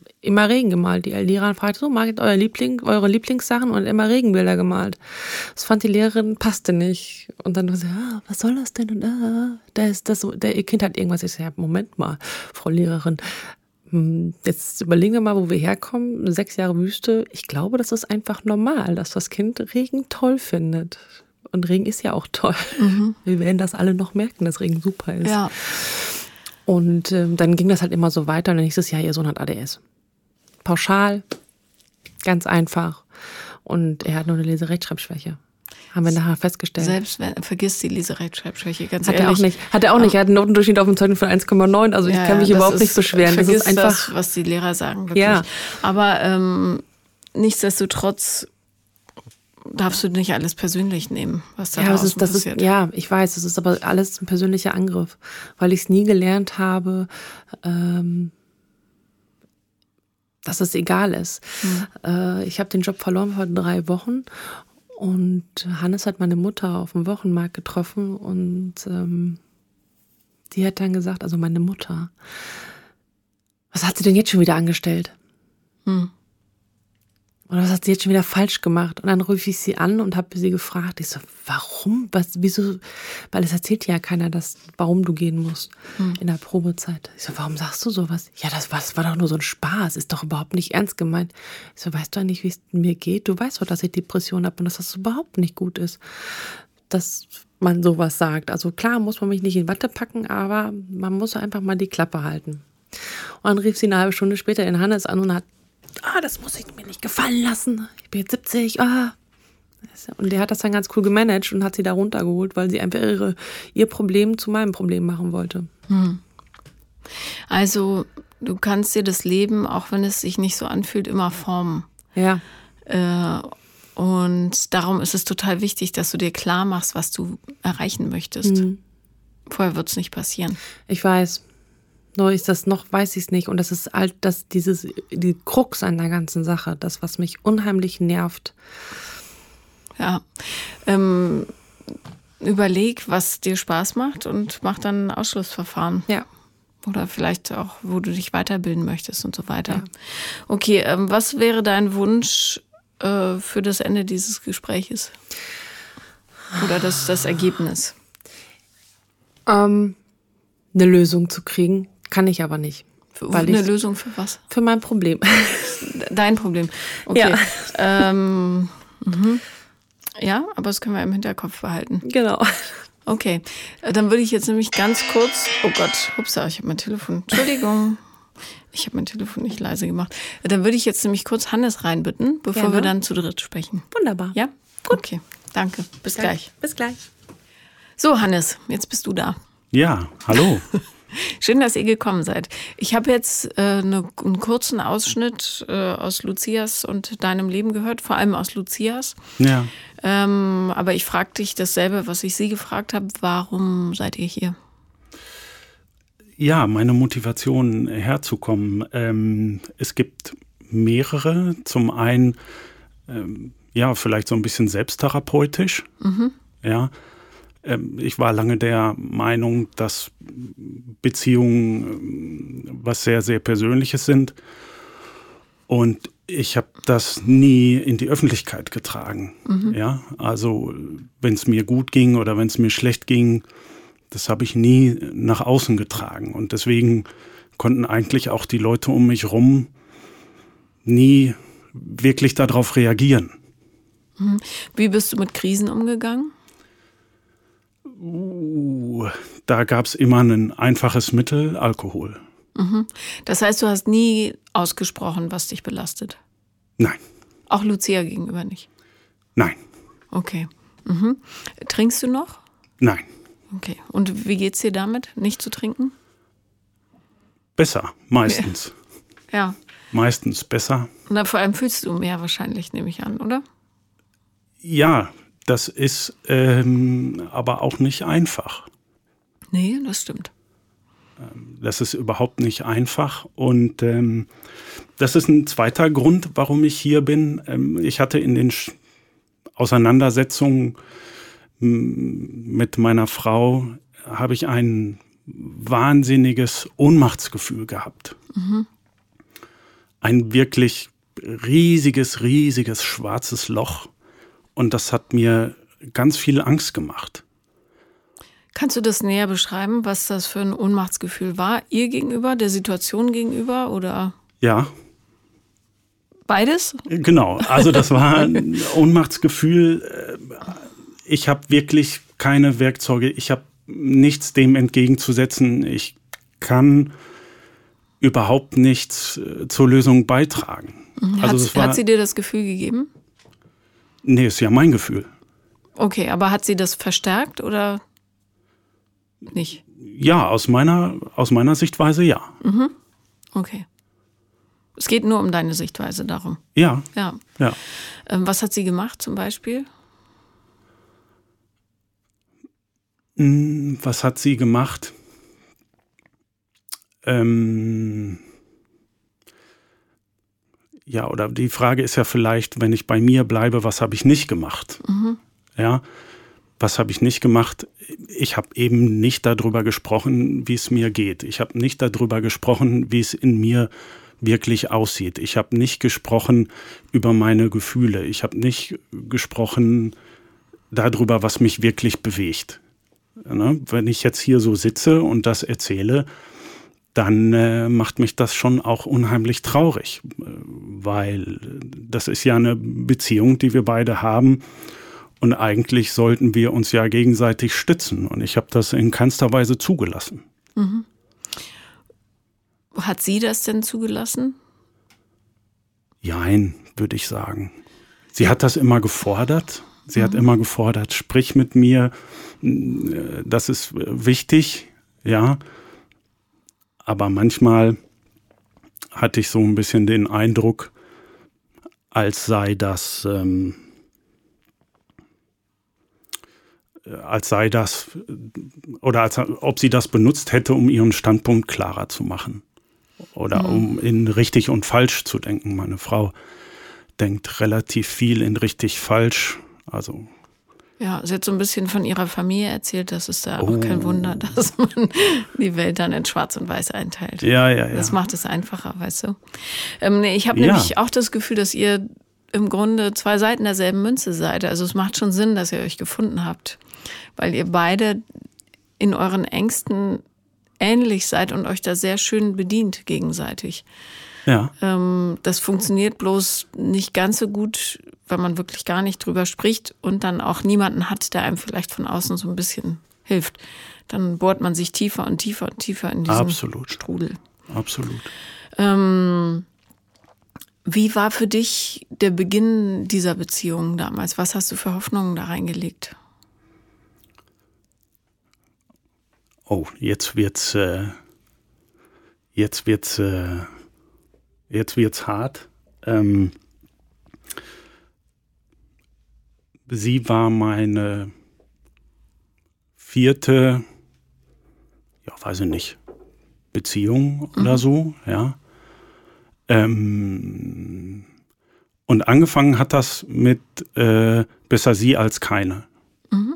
[SPEAKER 2] immer Regen gemalt. Die Lehrerin fragte so, mag ihr euer Liebling, eure Lieblingssachen und immer Regenbilder gemalt. Das fand die Lehrerin, passte nicht. Und dann so, ah, was soll das denn? Und ah, da ist das so, der, ihr Kind hat irgendwas. Ich so, ja, Moment mal, Frau Lehrerin. Jetzt überlegen wir mal, wo wir herkommen. Sechs Jahre Wüste. Ich glaube, das ist einfach normal, dass das Kind Regen toll findet. Und Regen ist ja auch toll. Mhm. Wir werden das alle noch merken, dass Regen super ist.
[SPEAKER 1] Ja.
[SPEAKER 2] Und ähm, dann ging das halt immer so weiter. Und nächstes Jahr, ihr Sohn hat A D S. Pauschal, ganz einfach. Und er hat nur eine Lese-Rechtschreibschwäche. Haben wir nachher festgestellt.
[SPEAKER 1] Selbst wenn, vergisst die Lese-Rechtschreibschwäche, ganz
[SPEAKER 2] hat
[SPEAKER 1] ehrlich.
[SPEAKER 2] Er auch nicht. Hat er auch nicht. Er hat einen Notendurchschnitt auf dem Zeugnis von eins Komma neun. Also ja, ich kann mich überhaupt ist, nicht beschweren. Das ist einfach,
[SPEAKER 1] das, was die Lehrer sagen, wirklich.
[SPEAKER 2] Ja.
[SPEAKER 1] Aber ähm, nichtsdestotrotz darfst du nicht alles persönlich nehmen, was da
[SPEAKER 2] ja,
[SPEAKER 1] draußen
[SPEAKER 2] das ist, das
[SPEAKER 1] passiert.
[SPEAKER 2] Ist, ja, ich weiß, das ist aber alles ein persönlicher Angriff, weil ich es nie gelernt habe, ähm, dass es egal ist. Hm. Äh, ich habe den Job verloren vor drei Wochen und Hannes hat meine Mutter auf dem Wochenmarkt getroffen und ähm, die hat dann gesagt, also meine Mutter, was hat sie denn jetzt schon wieder angestellt? Hm. Oder was hat sie jetzt schon wieder falsch gemacht? Und dann rufe ich sie an und habe sie gefragt. Ich so, warum? Was, wieso? Weil es erzählt ja keiner, dass, warum du gehen musst hm. in der Probezeit. Ich so, warum sagst du sowas? Ja, das war, das war doch nur so ein Spaß. Ist doch überhaupt nicht ernst gemeint. Ich so, weißt du eigentlich, wie es mir geht? Du weißt doch, dass ich Depression habe und dass das überhaupt nicht gut ist, dass man sowas sagt. Also klar muss man mich nicht in Watte packen, aber man muss einfach mal die Klappe halten. Und dann rief sie eine halbe Stunde später in Hannes an und hat ah, das muss ich mir nicht gefallen lassen. Ich bin jetzt siebzig, ah. Und der hat das dann ganz cool gemanagt und hat sie da runtergeholt, weil sie einfach ihre, ihr Problem zu meinem Problem machen wollte.
[SPEAKER 1] Hm. Also, du kannst dir das Leben, auch wenn es sich nicht so anfühlt, immer formen.
[SPEAKER 2] Ja.
[SPEAKER 1] Äh, und darum ist es total wichtig, dass du dir klar machst, was du erreichen möchtest. Hm. Vorher wird es nicht passieren.
[SPEAKER 2] Ich weiß. Nur ist das noch, weiß ich es nicht. Und das ist halt, das, dieses, die Krux an der ganzen Sache, das, was mich unheimlich nervt.
[SPEAKER 1] Ja. Ähm, überleg, was dir Spaß macht und mach dann ein Ausschlussverfahren.
[SPEAKER 2] Ja.
[SPEAKER 1] Oder vielleicht auch, wo du dich weiterbilden möchtest und so weiter.
[SPEAKER 2] Ja.
[SPEAKER 1] Okay, ähm, was wäre dein Wunsch äh, für das Ende dieses Gespräches? Oder das, das Ergebnis?
[SPEAKER 2] Ähm, eine Lösung zu kriegen. Kann ich aber nicht.
[SPEAKER 1] Für, weil eine ich, Lösung für was?
[SPEAKER 2] Für mein Problem.
[SPEAKER 1] Dein Problem. Okay.
[SPEAKER 2] Ja.
[SPEAKER 1] Ähm, mhm. Ja, aber das können wir im Hinterkopf behalten.
[SPEAKER 2] Genau.
[SPEAKER 1] Okay. Dann würde ich jetzt nämlich ganz kurz. Oh Gott, hupsa, ich habe mein Telefon. Entschuldigung. Ich habe mein Telefon nicht leise gemacht. Dann würde ich jetzt nämlich kurz Hannes reinbitten, bevor Gerne. wir dann zu dritt sprechen.
[SPEAKER 2] Wunderbar.
[SPEAKER 1] Ja? Gut. Okay. Danke. Bis
[SPEAKER 2] Danke.
[SPEAKER 1] gleich.
[SPEAKER 2] Bis gleich.
[SPEAKER 1] So, Hannes, jetzt bist du da.
[SPEAKER 3] Ja, hallo.
[SPEAKER 1] Schön, dass ihr gekommen seid. Ich habe jetzt äh, eine, einen kurzen Ausschnitt äh, aus Lucias und deinem Leben gehört, vor allem aus Lucias.
[SPEAKER 3] Ja.
[SPEAKER 1] Ähm, aber ich frage dich dasselbe, was ich sie gefragt habe. Warum seid ihr hier?
[SPEAKER 3] Ja, meine Motivation herzukommen. Ähm, es gibt mehrere. Zum einen, ähm, ja, vielleicht so ein bisschen selbsttherapeutisch. Mhm. Ja. Ich war lange der Meinung, dass Beziehungen was sehr, sehr Persönliches sind. Und ich habe das nie in die Öffentlichkeit getragen. Mhm. Ja, also wenn es mir gut ging oder wenn es mir schlecht ging, das habe ich nie nach außen getragen. Und deswegen konnten eigentlich auch die Leute um mich rum nie wirklich darauf reagieren.
[SPEAKER 1] Mhm. Wie bist du mit Krisen umgegangen?
[SPEAKER 3] Uh, da gab es immer ein einfaches Mittel, Alkohol.
[SPEAKER 1] Mhm. Das heißt, du hast nie ausgesprochen, was dich belastet?
[SPEAKER 3] Nein.
[SPEAKER 1] Auch Lucia gegenüber nicht?
[SPEAKER 3] Nein.
[SPEAKER 1] Okay. Mhm. Trinkst du noch?
[SPEAKER 3] Nein.
[SPEAKER 1] Okay. Und wie geht's dir damit, nicht zu trinken?
[SPEAKER 3] Besser, meistens.
[SPEAKER 1] Ja.
[SPEAKER 3] Meistens besser.
[SPEAKER 1] Und vor allem fühlst du mehr wahrscheinlich, nehme ich an, oder?
[SPEAKER 3] Ja, das ist ähm, aber auch nicht einfach.
[SPEAKER 1] Nee, das stimmt.
[SPEAKER 3] Das ist überhaupt nicht einfach. Und ähm, das ist ein zweiter Grund, warum ich hier bin. Ähm, ich hatte in den Sch- Auseinandersetzungen m- mit meiner Frau, habe ich ein wahnsinniges Ohnmachtsgefühl gehabt. Mhm. ein wirklich riesiges, riesiges schwarzes Loch. Und das hat mir ganz viel Angst gemacht.
[SPEAKER 1] Kannst du das näher beschreiben, was das für ein Ohnmachtsgefühl war? Ihr gegenüber, der Situation gegenüber oder?
[SPEAKER 3] Ja.
[SPEAKER 1] Beides?
[SPEAKER 3] Genau, also das war ein Ohnmachtsgefühl. Ich habe wirklich keine Werkzeuge, ich habe nichts dem entgegenzusetzen. Ich kann überhaupt nichts zur Lösung beitragen.
[SPEAKER 1] Mhm.
[SPEAKER 3] Also
[SPEAKER 1] hat,
[SPEAKER 3] das war,
[SPEAKER 1] hat sie dir das Gefühl gegeben?
[SPEAKER 3] Nee, ist ja mein Gefühl.
[SPEAKER 1] Okay, aber hat sie das verstärkt oder nicht?
[SPEAKER 3] Ja, aus meiner, aus meiner Sichtweise ja.
[SPEAKER 1] Mhm. Okay. Es geht nur um deine Sichtweise darum.
[SPEAKER 3] Ja.
[SPEAKER 1] Ja.
[SPEAKER 3] ja.
[SPEAKER 1] Ähm, was hat sie gemacht zum Beispiel?
[SPEAKER 3] Was hat sie gemacht? Ähm ja, oder die Frage ist ja vielleicht, wenn ich bei mir bleibe, was habe ich nicht gemacht?
[SPEAKER 1] Mhm.
[SPEAKER 3] Ja, was habe ich nicht gemacht? Ich habe eben nicht darüber gesprochen, wie es mir geht. Ich habe nicht darüber gesprochen, wie es in mir wirklich aussieht. Ich habe nicht gesprochen über meine Gefühle. Ich habe nicht gesprochen darüber, was mich wirklich bewegt. Ne? Wenn ich jetzt hier so sitze und das erzähle, dann äh, macht mich das schon auch unheimlich traurig, weil das ist ja eine Beziehung, die wir beide haben und eigentlich sollten wir uns ja gegenseitig stützen und ich habe das in keinster Weise zugelassen.
[SPEAKER 1] Mhm. Hat sie das denn zugelassen?
[SPEAKER 3] Jein, würde ich sagen. Sie hat das immer gefordert. Sie mhm. hat immer gefordert, sprich mit mir, das ist wichtig, ja. Aber manchmal hatte ich so ein bisschen den Eindruck, als sei das, ähm, als sei das, oder als ob sie das benutzt hätte, um ihren Standpunkt klarer zu machen. Oder mhm. um in richtig und falsch zu denken. Meine Frau denkt relativ viel in richtig falsch. Also
[SPEAKER 1] ja, sie hat so ein bisschen von ihrer Familie erzählt, das ist da
[SPEAKER 3] oh.
[SPEAKER 1] auch kein Wunder, dass man die Welt dann in Schwarz und Weiß einteilt.
[SPEAKER 3] Ja, ja, ja.
[SPEAKER 1] Das macht es einfacher, weißt du. Ähm, nee, ich habe
[SPEAKER 3] ja.
[SPEAKER 1] nämlich auch das Gefühl, dass ihr im Grunde zwei Seiten derselben Münze seid. Also es macht schon Sinn, dass ihr euch gefunden habt, weil ihr beide in euren Ängsten ähnlich seid und euch da sehr schön bedient gegenseitig.
[SPEAKER 3] Ja.
[SPEAKER 1] Ähm, das funktioniert bloß nicht ganz so gut, weil man wirklich gar nicht drüber spricht und dann auch niemanden hat, der einem vielleicht von außen so ein bisschen hilft. Dann bohrt man sich tiefer und tiefer und tiefer in diesen
[SPEAKER 3] Absolut.
[SPEAKER 1] Strudel.
[SPEAKER 3] Absolut.
[SPEAKER 1] Ähm, wie war für dich der Beginn dieser Beziehung damals? Was hast du für Hoffnungen da reingelegt?
[SPEAKER 3] Oh, jetzt wird's, äh, jetzt wird's, äh, jetzt wird's hart. Ähm, sie war meine vierte, ja, weiß ich nicht, Beziehung mhm. oder so, ja. Ähm, und angefangen hat das mit äh, besser sie als keine. Mhm.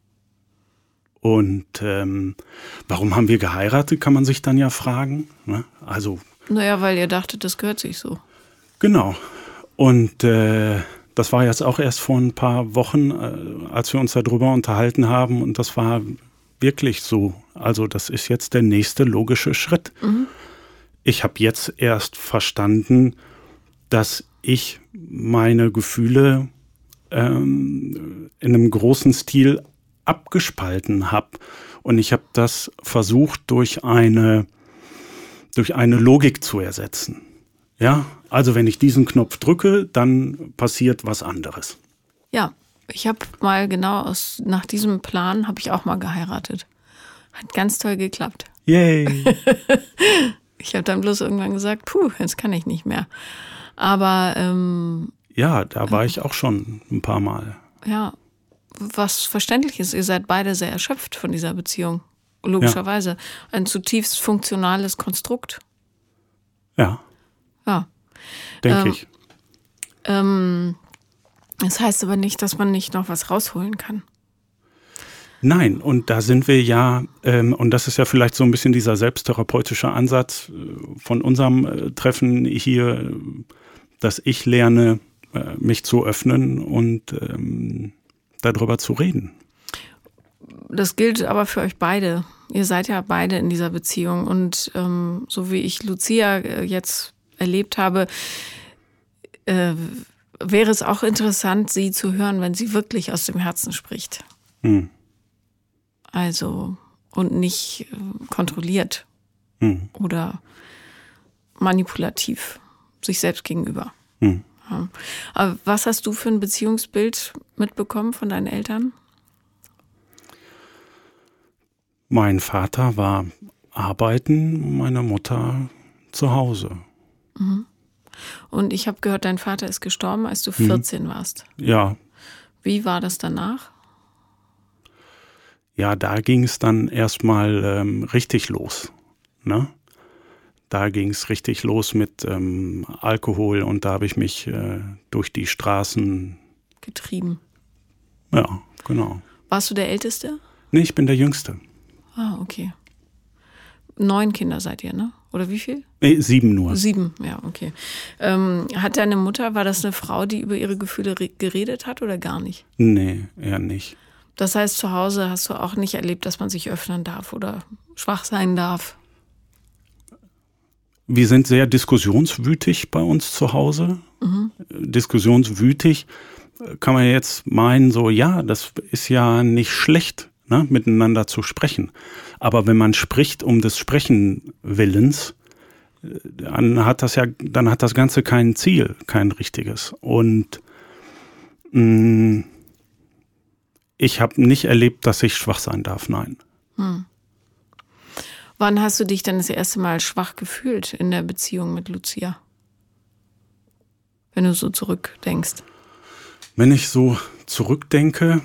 [SPEAKER 3] Und ähm, warum haben wir geheiratet, kann man sich dann ja fragen. Ne? Also,
[SPEAKER 1] naja, weil ihr dachtet, das gehört sich so.
[SPEAKER 3] Genau. Und äh, das war jetzt auch erst vor ein paar Wochen, äh, als wir uns darüber unterhalten haben. Und das war wirklich so. Also das ist jetzt der nächste logische Schritt. Mhm. Ich habe jetzt erst verstanden, dass ich meine Gefühle ähm, in einem großen Stil abgespalten habe. Und ich habe das versucht, durch eine, durch eine Logik zu ersetzen. Ja, also wenn ich diesen Knopf drücke, dann passiert was anderes.
[SPEAKER 1] Ja, ich habe mal genau aus, nach diesem Plan habe ich auch mal geheiratet. Hat ganz toll geklappt.
[SPEAKER 3] Yay!
[SPEAKER 1] Ich habe dann bloß irgendwann gesagt, puh, jetzt kann ich nicht mehr. Aber ähm,
[SPEAKER 3] ja, da war ich auch schon ein paar Mal.
[SPEAKER 1] Ja, was verständlich ist, ihr seid beide sehr erschöpft von dieser Beziehung. Logischerweise. Ja. Ein zutiefst funktionales Konstrukt.
[SPEAKER 3] Ja.
[SPEAKER 1] Ja.
[SPEAKER 3] Denke
[SPEAKER 1] ähm,
[SPEAKER 3] ich.
[SPEAKER 1] Ähm, das heißt aber nicht, dass man nicht noch was rausholen kann.
[SPEAKER 3] Nein, und da sind wir ja, ähm, und das ist ja vielleicht so ein bisschen dieser selbsttherapeutische Ansatz äh, von unserem äh, Treffen hier, dass ich lerne, äh, mich zu öffnen und ähm, darüber zu reden.
[SPEAKER 1] Das gilt aber für euch beide. Ihr seid ja beide in dieser Beziehung und ähm, so wie ich Lucia äh, jetzt erlebt habe, äh, wäre es auch interessant, sie zu hören, wenn sie wirklich aus dem Herzen spricht.
[SPEAKER 3] Hm.
[SPEAKER 1] Also, und nicht äh, kontrolliert
[SPEAKER 3] Hm.
[SPEAKER 1] oder manipulativ sich selbst gegenüber.
[SPEAKER 3] Hm.
[SPEAKER 1] Ja. Aber was hast du für ein Beziehungsbild mitbekommen von deinen Eltern?
[SPEAKER 3] Mein Vater war arbeiten, meine Mutter zu Hause.
[SPEAKER 1] Mhm. Und ich habe gehört, dein Vater ist gestorben, als du vierzehn mhm. warst.
[SPEAKER 3] Ja.
[SPEAKER 1] Wie war das danach?
[SPEAKER 3] Ja, da ging es dann erstmal ähm, richtig los. Ne? Da ging es richtig los mit ähm, Alkohol und da habe ich mich äh, durch die Straßen
[SPEAKER 1] getrieben.
[SPEAKER 3] Ja, genau.
[SPEAKER 1] Warst du der Älteste?
[SPEAKER 3] Nee, ich bin der Jüngste.
[SPEAKER 1] Ah, okay. Neun Kinder seid ihr, ne? Oder wie viel?
[SPEAKER 3] Nee, sieben nur.
[SPEAKER 1] Sieben, ja, okay. Ähm, hat deine Mutter, war das eine Frau, die über ihre Gefühle geredet hat oder gar nicht?
[SPEAKER 3] Nee, eher nicht.
[SPEAKER 1] Das heißt, zu Hause hast du auch nicht erlebt, dass man sich öffnen darf oder schwach sein darf?
[SPEAKER 3] Wir sind sehr diskussionswütig bei uns zu Hause. Mhm. Diskussionswütig kann man jetzt meinen, so ja, das ist ja nicht schlecht, ne, miteinander zu sprechen. Aber wenn man spricht um des Sprechen Willens, dann hat das ja, dann hat das Ganze kein Ziel, kein richtiges. Und mh, ich habe nicht erlebt, dass ich schwach sein darf, nein.
[SPEAKER 1] Hm. Wann hast du dich denn das erste Mal schwach gefühlt in der Beziehung mit Lucia? Wenn du so zurückdenkst.
[SPEAKER 3] Wenn ich so zurückdenke,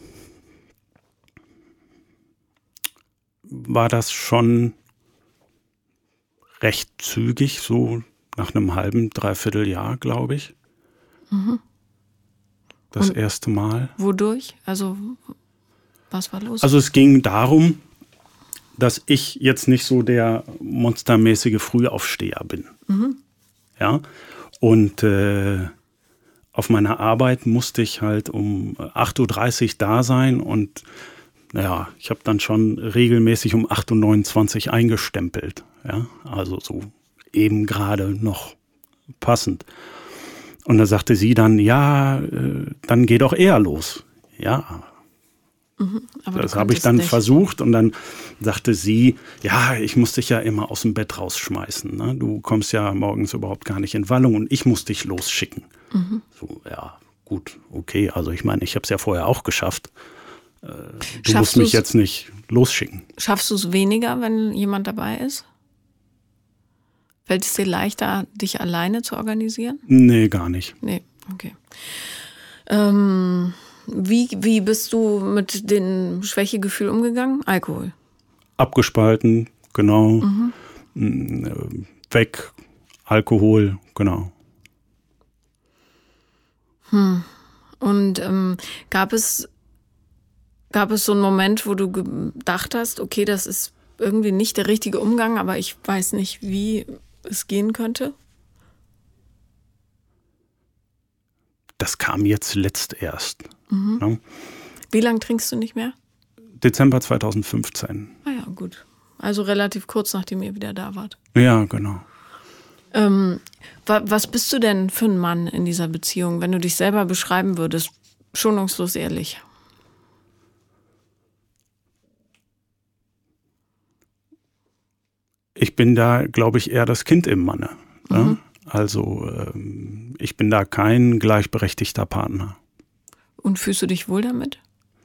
[SPEAKER 3] war das schon recht zügig, so nach einem halben, dreiviertel Jahr, glaube ich. Mhm. Das Und erste Mal.
[SPEAKER 1] Wodurch? Also, was war los?
[SPEAKER 3] Also es ging darum, dass ich jetzt nicht so der monstermäßige Frühaufsteher bin. Mhm. Ja, und äh, auf meiner Arbeit musste ich halt um acht Uhr dreißig da sein und naja, ich habe dann schon regelmäßig um acht Uhr neunundzwanzig eingestempelt. Ja, also so eben gerade noch passend. Und da sagte sie dann, ja, äh, dann geh doch eher los. Ja, mhm, aber das habe ich dann nicht versucht und dann sagte sie, ja, ich muss dich ja immer aus dem Bett rausschmeißen. Ne? Du kommst ja morgens überhaupt gar nicht in Wallung und ich muss dich losschicken. Mhm. So, ja, gut, okay. Also ich meine, ich habe es ja vorher auch geschafft. Äh, du Schaffst musst mich jetzt nicht losschicken.
[SPEAKER 1] Schaffst du es weniger, wenn jemand dabei ist? Fällt es dir leichter, dich alleine zu organisieren?
[SPEAKER 3] Nee, gar nicht.
[SPEAKER 1] Nee, okay. Ähm, wie, wie bist du mit dem Schwächegefühl umgegangen? Alkohol?
[SPEAKER 3] Abgespalten, genau. Mhm. Weg, Alkohol, genau.
[SPEAKER 1] Hm. Und ähm, gab es, gab es so einen Moment, wo du gedacht hast, okay, das ist irgendwie nicht der richtige Umgang, aber ich weiß nicht, wie es gehen könnte?
[SPEAKER 3] Das kam jetzt letzt erst.
[SPEAKER 1] Mhm. Ja. Wie lange trinkst du nicht mehr?
[SPEAKER 3] Dezember zweitausendfünfzehn.
[SPEAKER 1] Ah ja, gut. Also relativ kurz, nachdem ihr wieder da wart.
[SPEAKER 3] Ja, genau.
[SPEAKER 1] Ähm, wa- was bist du denn für ein Mann in dieser Beziehung, wenn du dich selber beschreiben würdest? Schonungslos ehrlich.
[SPEAKER 3] Ich bin da, glaube ich, eher das Kind im Manne. Mhm. Ja? Also ähm, ich bin da kein gleichberechtigter Partner.
[SPEAKER 1] Und fühlst du dich wohl damit?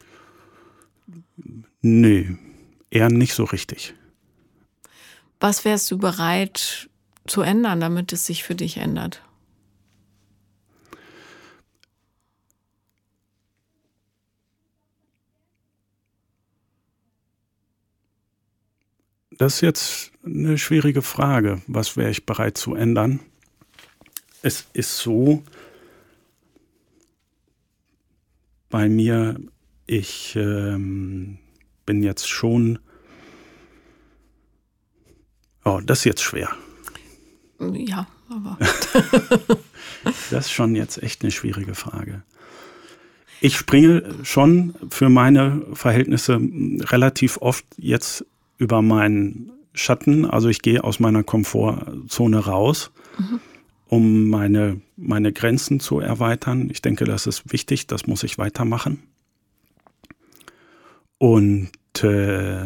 [SPEAKER 3] Nee, eher nicht so richtig.
[SPEAKER 1] Was wärst du bereit zu ändern, damit es sich für dich ändert?
[SPEAKER 3] Das ist jetzt eine schwierige Frage. Was wäre ich bereit zu ändern? Es ist so, bei mir ich ähm, bin jetzt schon, oh, das ist jetzt schwer.
[SPEAKER 1] Ja, aber.
[SPEAKER 3] Das ist schon jetzt echt eine schwierige Frage. Ich springe schon für meine Verhältnisse relativ oft jetzt über meinen Schatten. Also ich gehe aus meiner Komfortzone raus, mhm. um meine, meine Grenzen zu erweitern. Ich denke, das ist wichtig, das muss ich weitermachen. Und äh,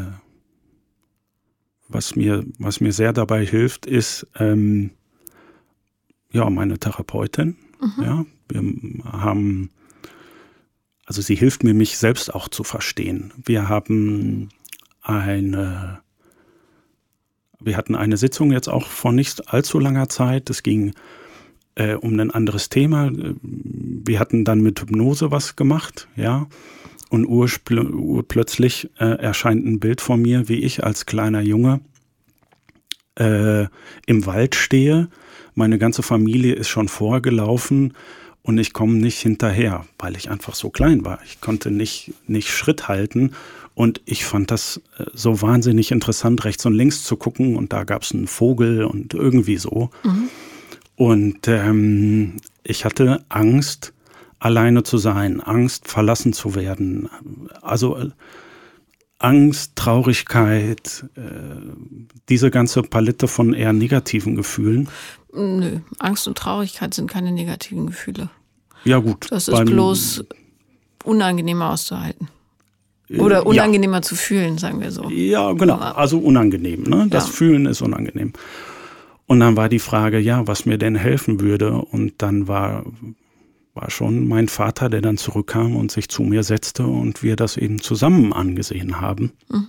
[SPEAKER 3] was mir, was mir sehr dabei hilft, ist ähm, ja meine Therapeutin. Mhm. Ja, wir haben Also sie hilft mir, mich selbst auch zu verstehen. Wir haben eine, wir hatten eine Sitzung jetzt auch vor nicht allzu langer Zeit. Es ging äh, um ein anderes Thema. Wir hatten dann mit Hypnose was gemacht, ja. Und urspl- urplötzlich äh, erscheint ein Bild von mir, wie ich als kleiner Junge äh, im Wald stehe. Meine ganze Familie ist schon vorgelaufen. Und ich komme nicht hinterher, weil ich einfach so klein war. Ich konnte nicht, nicht Schritt halten. Und ich fand das so wahnsinnig interessant, rechts und links zu gucken. Und da gab es einen Vogel und irgendwie so. Mhm. Und ähm, ich hatte Angst, alleine zu sein, Angst, verlassen zu werden. Also Angst, Traurigkeit, äh, diese ganze Palette von eher negativen Gefühlen.
[SPEAKER 1] Nö, Angst und Traurigkeit sind keine negativen Gefühle.
[SPEAKER 3] Ja gut.
[SPEAKER 1] Das ist bloß unangenehmer auszuhalten. Oder unangenehmer ja. zu fühlen, sagen wir so.
[SPEAKER 3] Ja, genau. Also unangenehm. Ne? Das ja. Fühlen ist unangenehm. Und dann war die Frage, ja, was mir denn helfen würde. Und dann war, war schon mein Vater, der dann zurückkam und sich zu mir setzte und wir das eben zusammen angesehen haben. Mhm.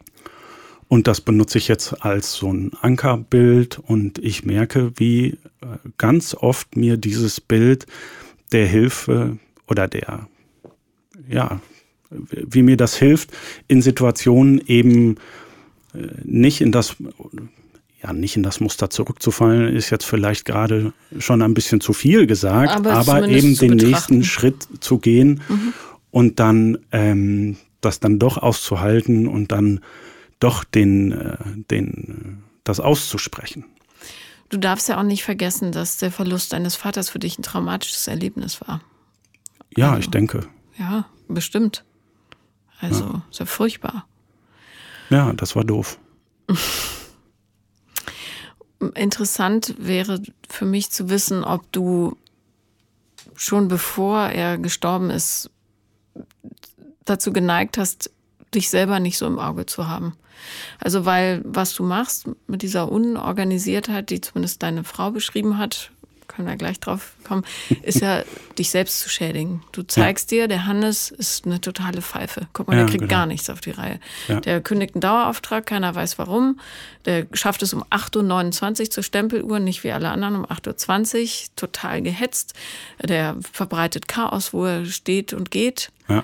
[SPEAKER 3] Und das benutze ich jetzt als so ein Ankerbild und ich merke, wie ganz oft mir dieses Bild der Hilfe oder der, ja, wie mir das hilft, in Situationen eben nicht in das, ja, nicht in das Muster zurückzufallen, ist jetzt vielleicht gerade schon ein bisschen zu viel gesagt, aber, aber eben den nächsten Schritt zu gehen mhm. und dann ähm, das dann doch auszuhalten und dann doch den, den, das auszusprechen.
[SPEAKER 1] Du darfst ja auch nicht vergessen, dass der Verlust deines Vaters für dich ein traumatisches Erlebnis war.
[SPEAKER 3] Ja,
[SPEAKER 1] also,
[SPEAKER 3] ich denke.
[SPEAKER 1] Ja, bestimmt. Also, ja. Ist ja furchtbar.
[SPEAKER 3] Ja, das war doof.
[SPEAKER 1] Interessant wäre für mich zu wissen, ob du schon bevor er gestorben ist, dazu geneigt hast, dich selber nicht so im Auge zu haben. Also weil, was du machst mit dieser Unorganisiertheit, die zumindest deine Frau beschrieben hat, können wir gleich drauf kommen, ist ja, dich selbst zu schädigen. Du zeigst ja. dir, der Hannes ist eine totale Pfeife. Guck mal, ja, der kriegt genau. gar nichts auf die Reihe. Ja. Der kündigt einen Dauerauftrag, keiner weiß warum. Der schafft es um acht Uhr neunundzwanzig zur Stempeluhr, nicht wie alle anderen um acht Uhr zwanzig, total gehetzt. Der verbreitet Chaos, wo er steht und geht. Ja.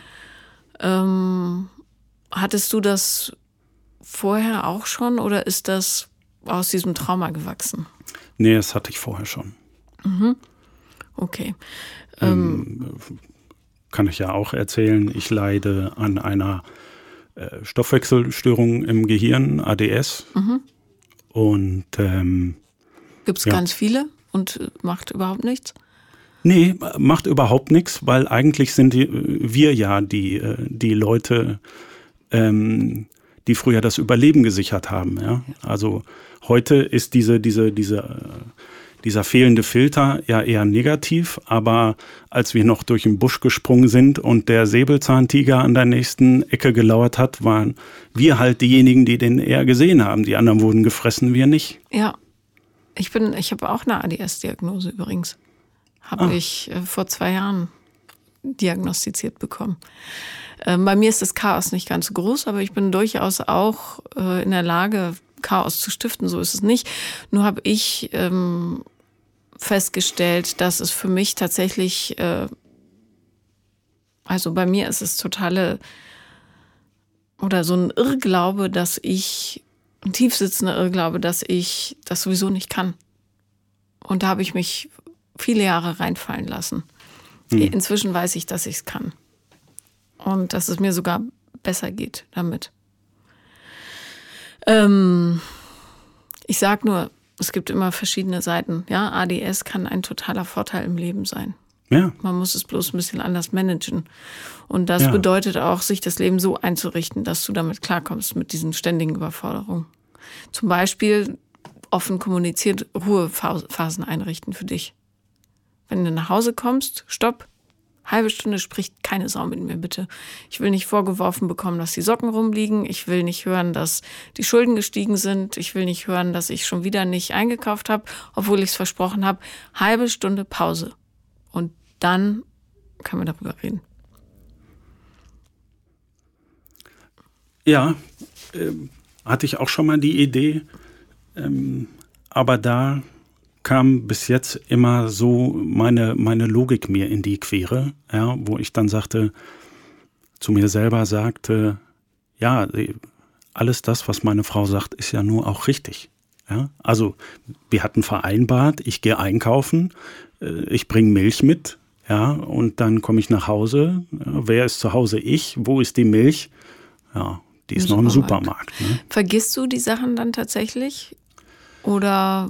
[SPEAKER 1] Ähm, hattest du das vorher auch schon oder ist das aus diesem Trauma gewachsen?
[SPEAKER 3] Nee, das hatte ich vorher schon.
[SPEAKER 1] Mhm. Okay.
[SPEAKER 3] Ähm, kann ich ja auch erzählen, ich leide an einer äh, Stoffwechselstörung im Gehirn, A D S. Mhm. Und ähm,
[SPEAKER 1] gibt es ja. ganz viele und macht überhaupt nichts?
[SPEAKER 3] Nee, macht überhaupt nichts, weil eigentlich sind die, wir ja die, die Leute, ähm, die früher das Überleben gesichert haben. Ja? Also heute ist diese, diese, diese, dieser fehlende Filter ja eher negativ, aber als wir noch durch den Busch gesprungen sind und der Säbelzahntiger an der nächsten Ecke gelauert hat, waren wir halt diejenigen, die den eher gesehen haben. Die anderen wurden gefressen, wir nicht.
[SPEAKER 1] Ja, ich bin, ich habe auch eine A D S-Diagnose übrigens. Habe ah. ich äh, vor zwei Jahren diagnostiziert bekommen. Äh, bei mir ist das Chaos nicht ganz so groß, aber ich bin durchaus auch äh, in der Lage, Chaos zu stiften. So ist es nicht. Nur habe ich ähm, festgestellt, dass es für mich tatsächlich, äh, also bei mir ist es totale oder so ein Irrglaube, dass ich, ein tiefsitzender Irrglaube, dass ich das sowieso nicht kann. Und da habe ich mich viele Jahre reinfallen lassen. Hm. Inzwischen weiß ich, dass ich es kann. Und dass es mir sogar besser geht damit. Ähm, ich sag nur, es gibt immer verschiedene Seiten. Ja, A D S kann ein totaler Vorteil im Leben sein.
[SPEAKER 3] Ja.
[SPEAKER 1] Man muss es bloß ein bisschen anders managen. Und das
[SPEAKER 3] Ja.
[SPEAKER 1] bedeutet auch, sich das Leben so einzurichten, dass du damit klarkommst, mit diesen ständigen Überforderungen. Zum Beispiel offen kommuniziert Ruhephasen einrichten für dich. Wenn du nach Hause kommst, stopp, halbe Stunde spricht keine Sau mit mir, bitte. Ich will nicht vorgeworfen bekommen, dass die Socken rumliegen. Ich will nicht hören, dass die Schulden gestiegen sind. Ich will nicht hören, dass ich schon wieder nicht eingekauft habe, obwohl ich es versprochen habe. Halbe Stunde Pause. Und dann können wir darüber reden.
[SPEAKER 3] Ja, äh, hatte ich auch schon mal die Idee, ähm, aber da kam bis jetzt immer so meine, meine Logik mir in die Quere, ja, wo ich dann sagte, zu mir selber sagte, ja, alles das, was meine Frau sagt, ist ja nur auch richtig. Ja? Also wir hatten vereinbart, ich gehe einkaufen, äh, ich bringe Milch mit, ja, und dann komme ich nach Hause. Ja, wer ist zu Hause? Ich. Wo ist die Milch? Ja, die ist noch im Supermarkt. Ne?
[SPEAKER 1] Vergisst du die Sachen dann tatsächlich? Oder?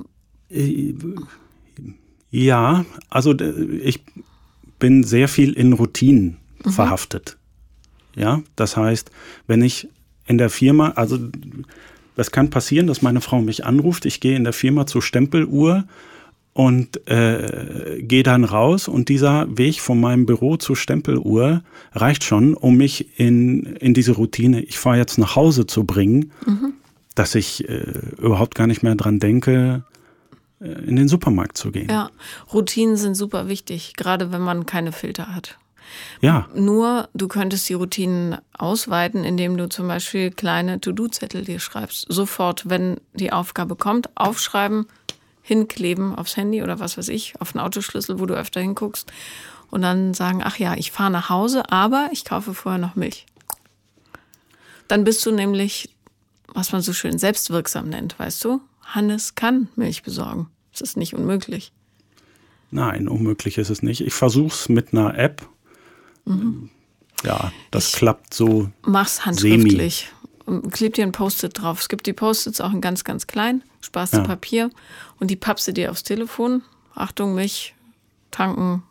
[SPEAKER 3] Ja, also ich bin sehr viel in Routinen mhm. verhaftet. Ja, das heißt, wenn ich in der Firma, also das kann passieren, dass meine Frau mich anruft, ich gehe in der Firma zur Stempeluhr und äh, gehe dann raus und dieser Weg von meinem Büro zur Stempeluhr reicht schon, um mich in, in diese Routine, ich fahre jetzt nach Hause zu bringen, mhm. dass ich äh, überhaupt gar nicht mehr dran denke, äh, in den Supermarkt zu gehen.
[SPEAKER 1] Ja, Routinen sind super wichtig, gerade wenn man keine Filter hat.
[SPEAKER 3] Ja.
[SPEAKER 1] Nur, du könntest die Routinen ausweiten, indem du zum Beispiel kleine To-Do-Zettel dir schreibst. Sofort, wenn die Aufgabe kommt, aufschreiben, hinkleben aufs Handy oder was weiß ich, auf den Autoschlüssel, wo du öfter hinguckst und dann sagen, ach ja, ich fahre nach Hause, aber ich kaufe vorher noch Milch. Dann bist du nämlich, was man so schön selbstwirksam nennt, weißt du? Hannes kann Milch besorgen. Das ist nicht unmöglich.
[SPEAKER 3] Nein, unmöglich ist es nicht. Ich versuche es mit einer App. Mhm. Ja, das ich klappt so.
[SPEAKER 1] Mach's handschriftlich. Semi. Kleb dir ein Post-it drauf. Es gibt die Post-its auch in ganz, ganz klein. Sparst du ja. Papier und die pappst du dir aufs Telefon. Achtung, Milch, tanken,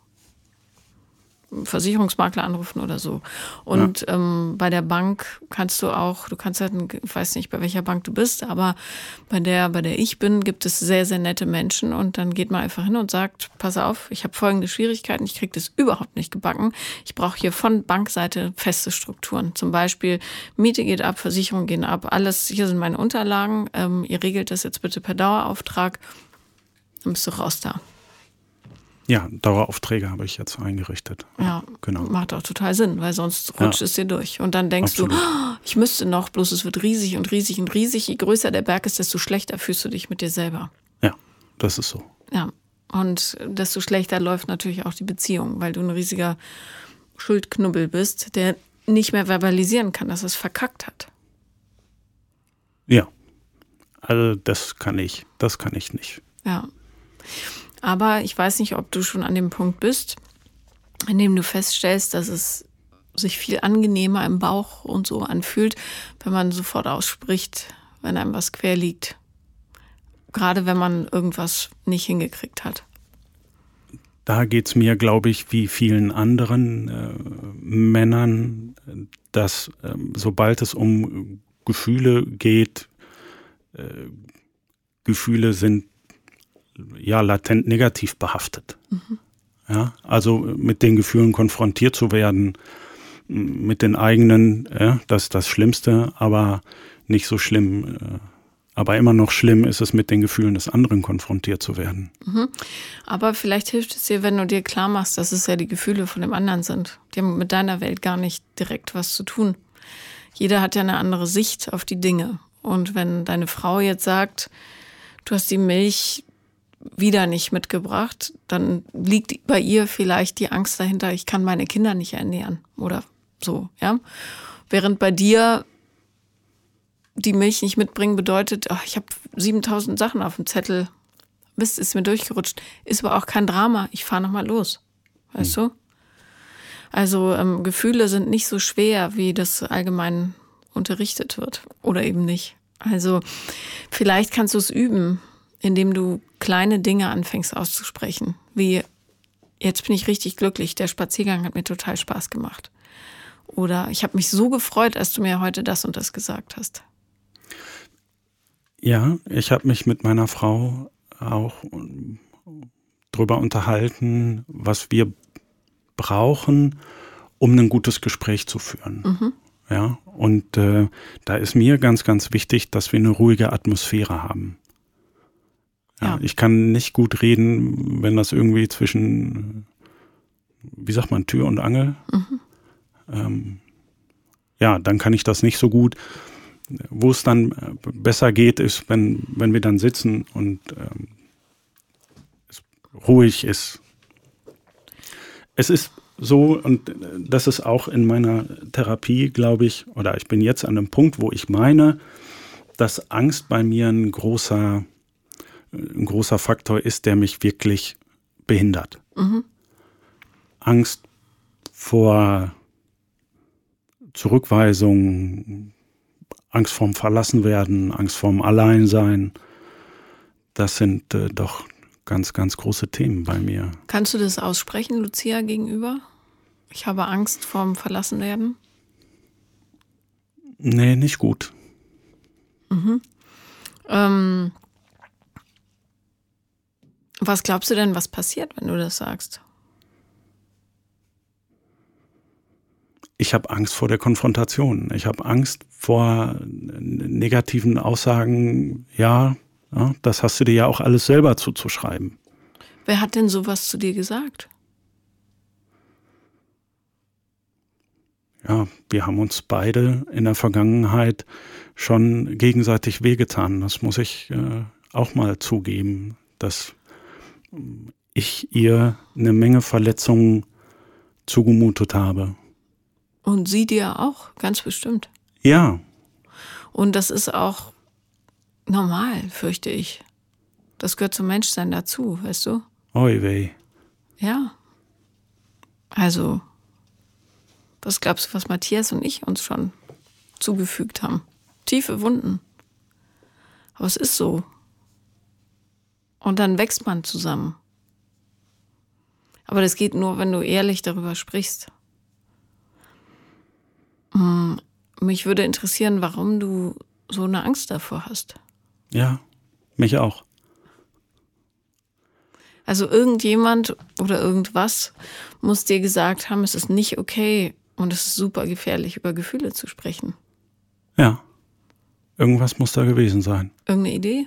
[SPEAKER 1] Versicherungsmakler anrufen oder so. Und ja. ähm, bei der Bank kannst du auch, du kannst halt, ich weiß nicht, bei welcher Bank du bist, aber bei der, bei der ich bin, gibt es sehr, sehr nette Menschen und dann geht man einfach hin und sagt, pass auf, ich habe folgende Schwierigkeiten, ich kriege das überhaupt nicht gebacken. Ich brauche hier von Bankseite feste Strukturen. Zum Beispiel Miete geht ab, Versicherungen gehen ab, alles, hier sind meine Unterlagen, ähm, ihr regelt das jetzt bitte per Dauerauftrag, dann bist du raus da.
[SPEAKER 3] Ja, Daueraufträge habe ich jetzt eingerichtet.
[SPEAKER 1] Ja, genau. Macht auch total Sinn, weil sonst rutscht ja. es dir durch. Und dann denkst Absolut. du, oh, ich müsste noch, bloß es wird riesig und riesig und riesig. Je größer der Berg ist, desto schlechter fühlst du dich mit dir selber.
[SPEAKER 3] Ja, das ist so.
[SPEAKER 1] Ja, und desto schlechter läuft natürlich auch die Beziehung, weil du ein riesiger Schuldknubbel bist, der nicht mehr verbalisieren kann, dass es verkackt hat.
[SPEAKER 3] Ja, also das kann ich, das kann ich nicht.
[SPEAKER 1] Ja. Aber ich weiß nicht, ob du schon an dem Punkt bist, in dem du feststellst, dass es sich viel angenehmer im Bauch und so anfühlt, wenn man sofort ausspricht, wenn einem was quer liegt. Gerade wenn man irgendwas nicht hingekriegt hat.
[SPEAKER 3] Da geht es mir, glaube ich, wie vielen anderen äh, Männern, dass äh, sobald es um Gefühle geht, äh, Gefühle sind ja latent negativ behaftet. Mhm. Ja, also mit den Gefühlen konfrontiert zu werden, mit den eigenen, ja, das ist das Schlimmste, aber nicht so schlimm, äh, aber immer noch schlimm ist es, mit den Gefühlen des anderen konfrontiert zu werden.
[SPEAKER 1] Mhm. Aber vielleicht hilft es dir, wenn du dir klar machst, dass es ja die Gefühle von dem anderen sind. Die haben mit deiner Welt gar nicht direkt was zu tun. Jeder hat ja eine andere Sicht auf die Dinge. Und wenn deine Frau jetzt sagt, du hast die Milch wieder nicht mitgebracht, dann liegt bei ihr vielleicht die Angst dahinter, ich kann meine Kinder nicht ernähren oder so, ja. Während bei dir die Milch nicht mitbringen bedeutet, ach, ich habe siebentausend Sachen auf dem Zettel, Mist, ist mir durchgerutscht, ist aber auch kein Drama, ich fahre nochmal los, weißt hm. du? Also ähm, Gefühle sind nicht so schwer, wie das allgemein unterrichtet wird oder eben nicht. Also vielleicht kannst du es üben, indem du kleine Dinge anfängst auszusprechen, wie jetzt bin ich richtig glücklich, der Spaziergang hat mir total Spaß gemacht. Oder ich habe mich so gefreut, als du mir heute das und das gesagt hast.
[SPEAKER 3] Ja, ich habe mich mit meiner Frau auch drüber unterhalten, was wir brauchen, um ein gutes Gespräch zu führen. Mhm. Ja, und äh, da ist mir ganz, ganz wichtig, dass wir eine ruhige Atmosphäre haben. Ja, ja. Ich kann nicht gut reden, wenn das irgendwie zwischen, wie sagt man, Tür und Angel. Mhm. Ähm, ja, dann kann ich das nicht so gut. Wo es dann besser geht, ist, wenn, wenn wir dann sitzen und ähm, es ruhig ist. Es ist so, und das ist auch in meiner Therapie, glaube ich, oder ich bin jetzt an einem Punkt, wo ich meine, dass Angst bei mir ein großer, ein großer Faktor ist, der mich wirklich behindert. Mhm. Angst vor Zurückweisung, Angst vorm Verlassenwerden, Angst vorm Alleinsein, das sind äh, doch ganz, ganz große Themen bei mir.
[SPEAKER 1] Kannst du das aussprechen, Lucia, gegenüber? Ich habe Angst vorm Verlassenwerden?
[SPEAKER 3] Nee, nicht gut.
[SPEAKER 1] Mhm. Ähm, was glaubst du denn, was passiert, wenn du das sagst?
[SPEAKER 3] Ich habe Angst vor der Konfrontation. Ich habe Angst vor negativen Aussagen. Ja, ja, das hast du dir ja auch alles selber zuzuschreiben.
[SPEAKER 1] Wer hat denn sowas zu dir gesagt?
[SPEAKER 3] Ja, wir haben uns beide in der Vergangenheit schon gegenseitig wehgetan. Das muss ich äh, auch mal zugeben, dass ich ihr eine Menge Verletzungen zugemutet habe.
[SPEAKER 1] Und sie dir auch, ganz bestimmt.
[SPEAKER 3] Ja.
[SPEAKER 1] Und das ist auch normal, fürchte ich. Das gehört zum Menschsein dazu, weißt du?
[SPEAKER 3] Oi weh.
[SPEAKER 1] Ja. Also, was glaubst du, was Matthias und ich uns schon zugefügt haben? Tiefe Wunden. Aber es ist so. Und dann wächst man zusammen. Aber das geht nur, wenn du ehrlich darüber sprichst. Mich würde interessieren, warum du so eine Angst davor hast.
[SPEAKER 3] Ja, mich auch.
[SPEAKER 1] Also irgendjemand oder irgendwas muss dir gesagt haben, es ist nicht okay und es ist super gefährlich, über Gefühle zu sprechen.
[SPEAKER 3] Ja, irgendwas muss da gewesen sein.
[SPEAKER 1] Irgendeine Idee?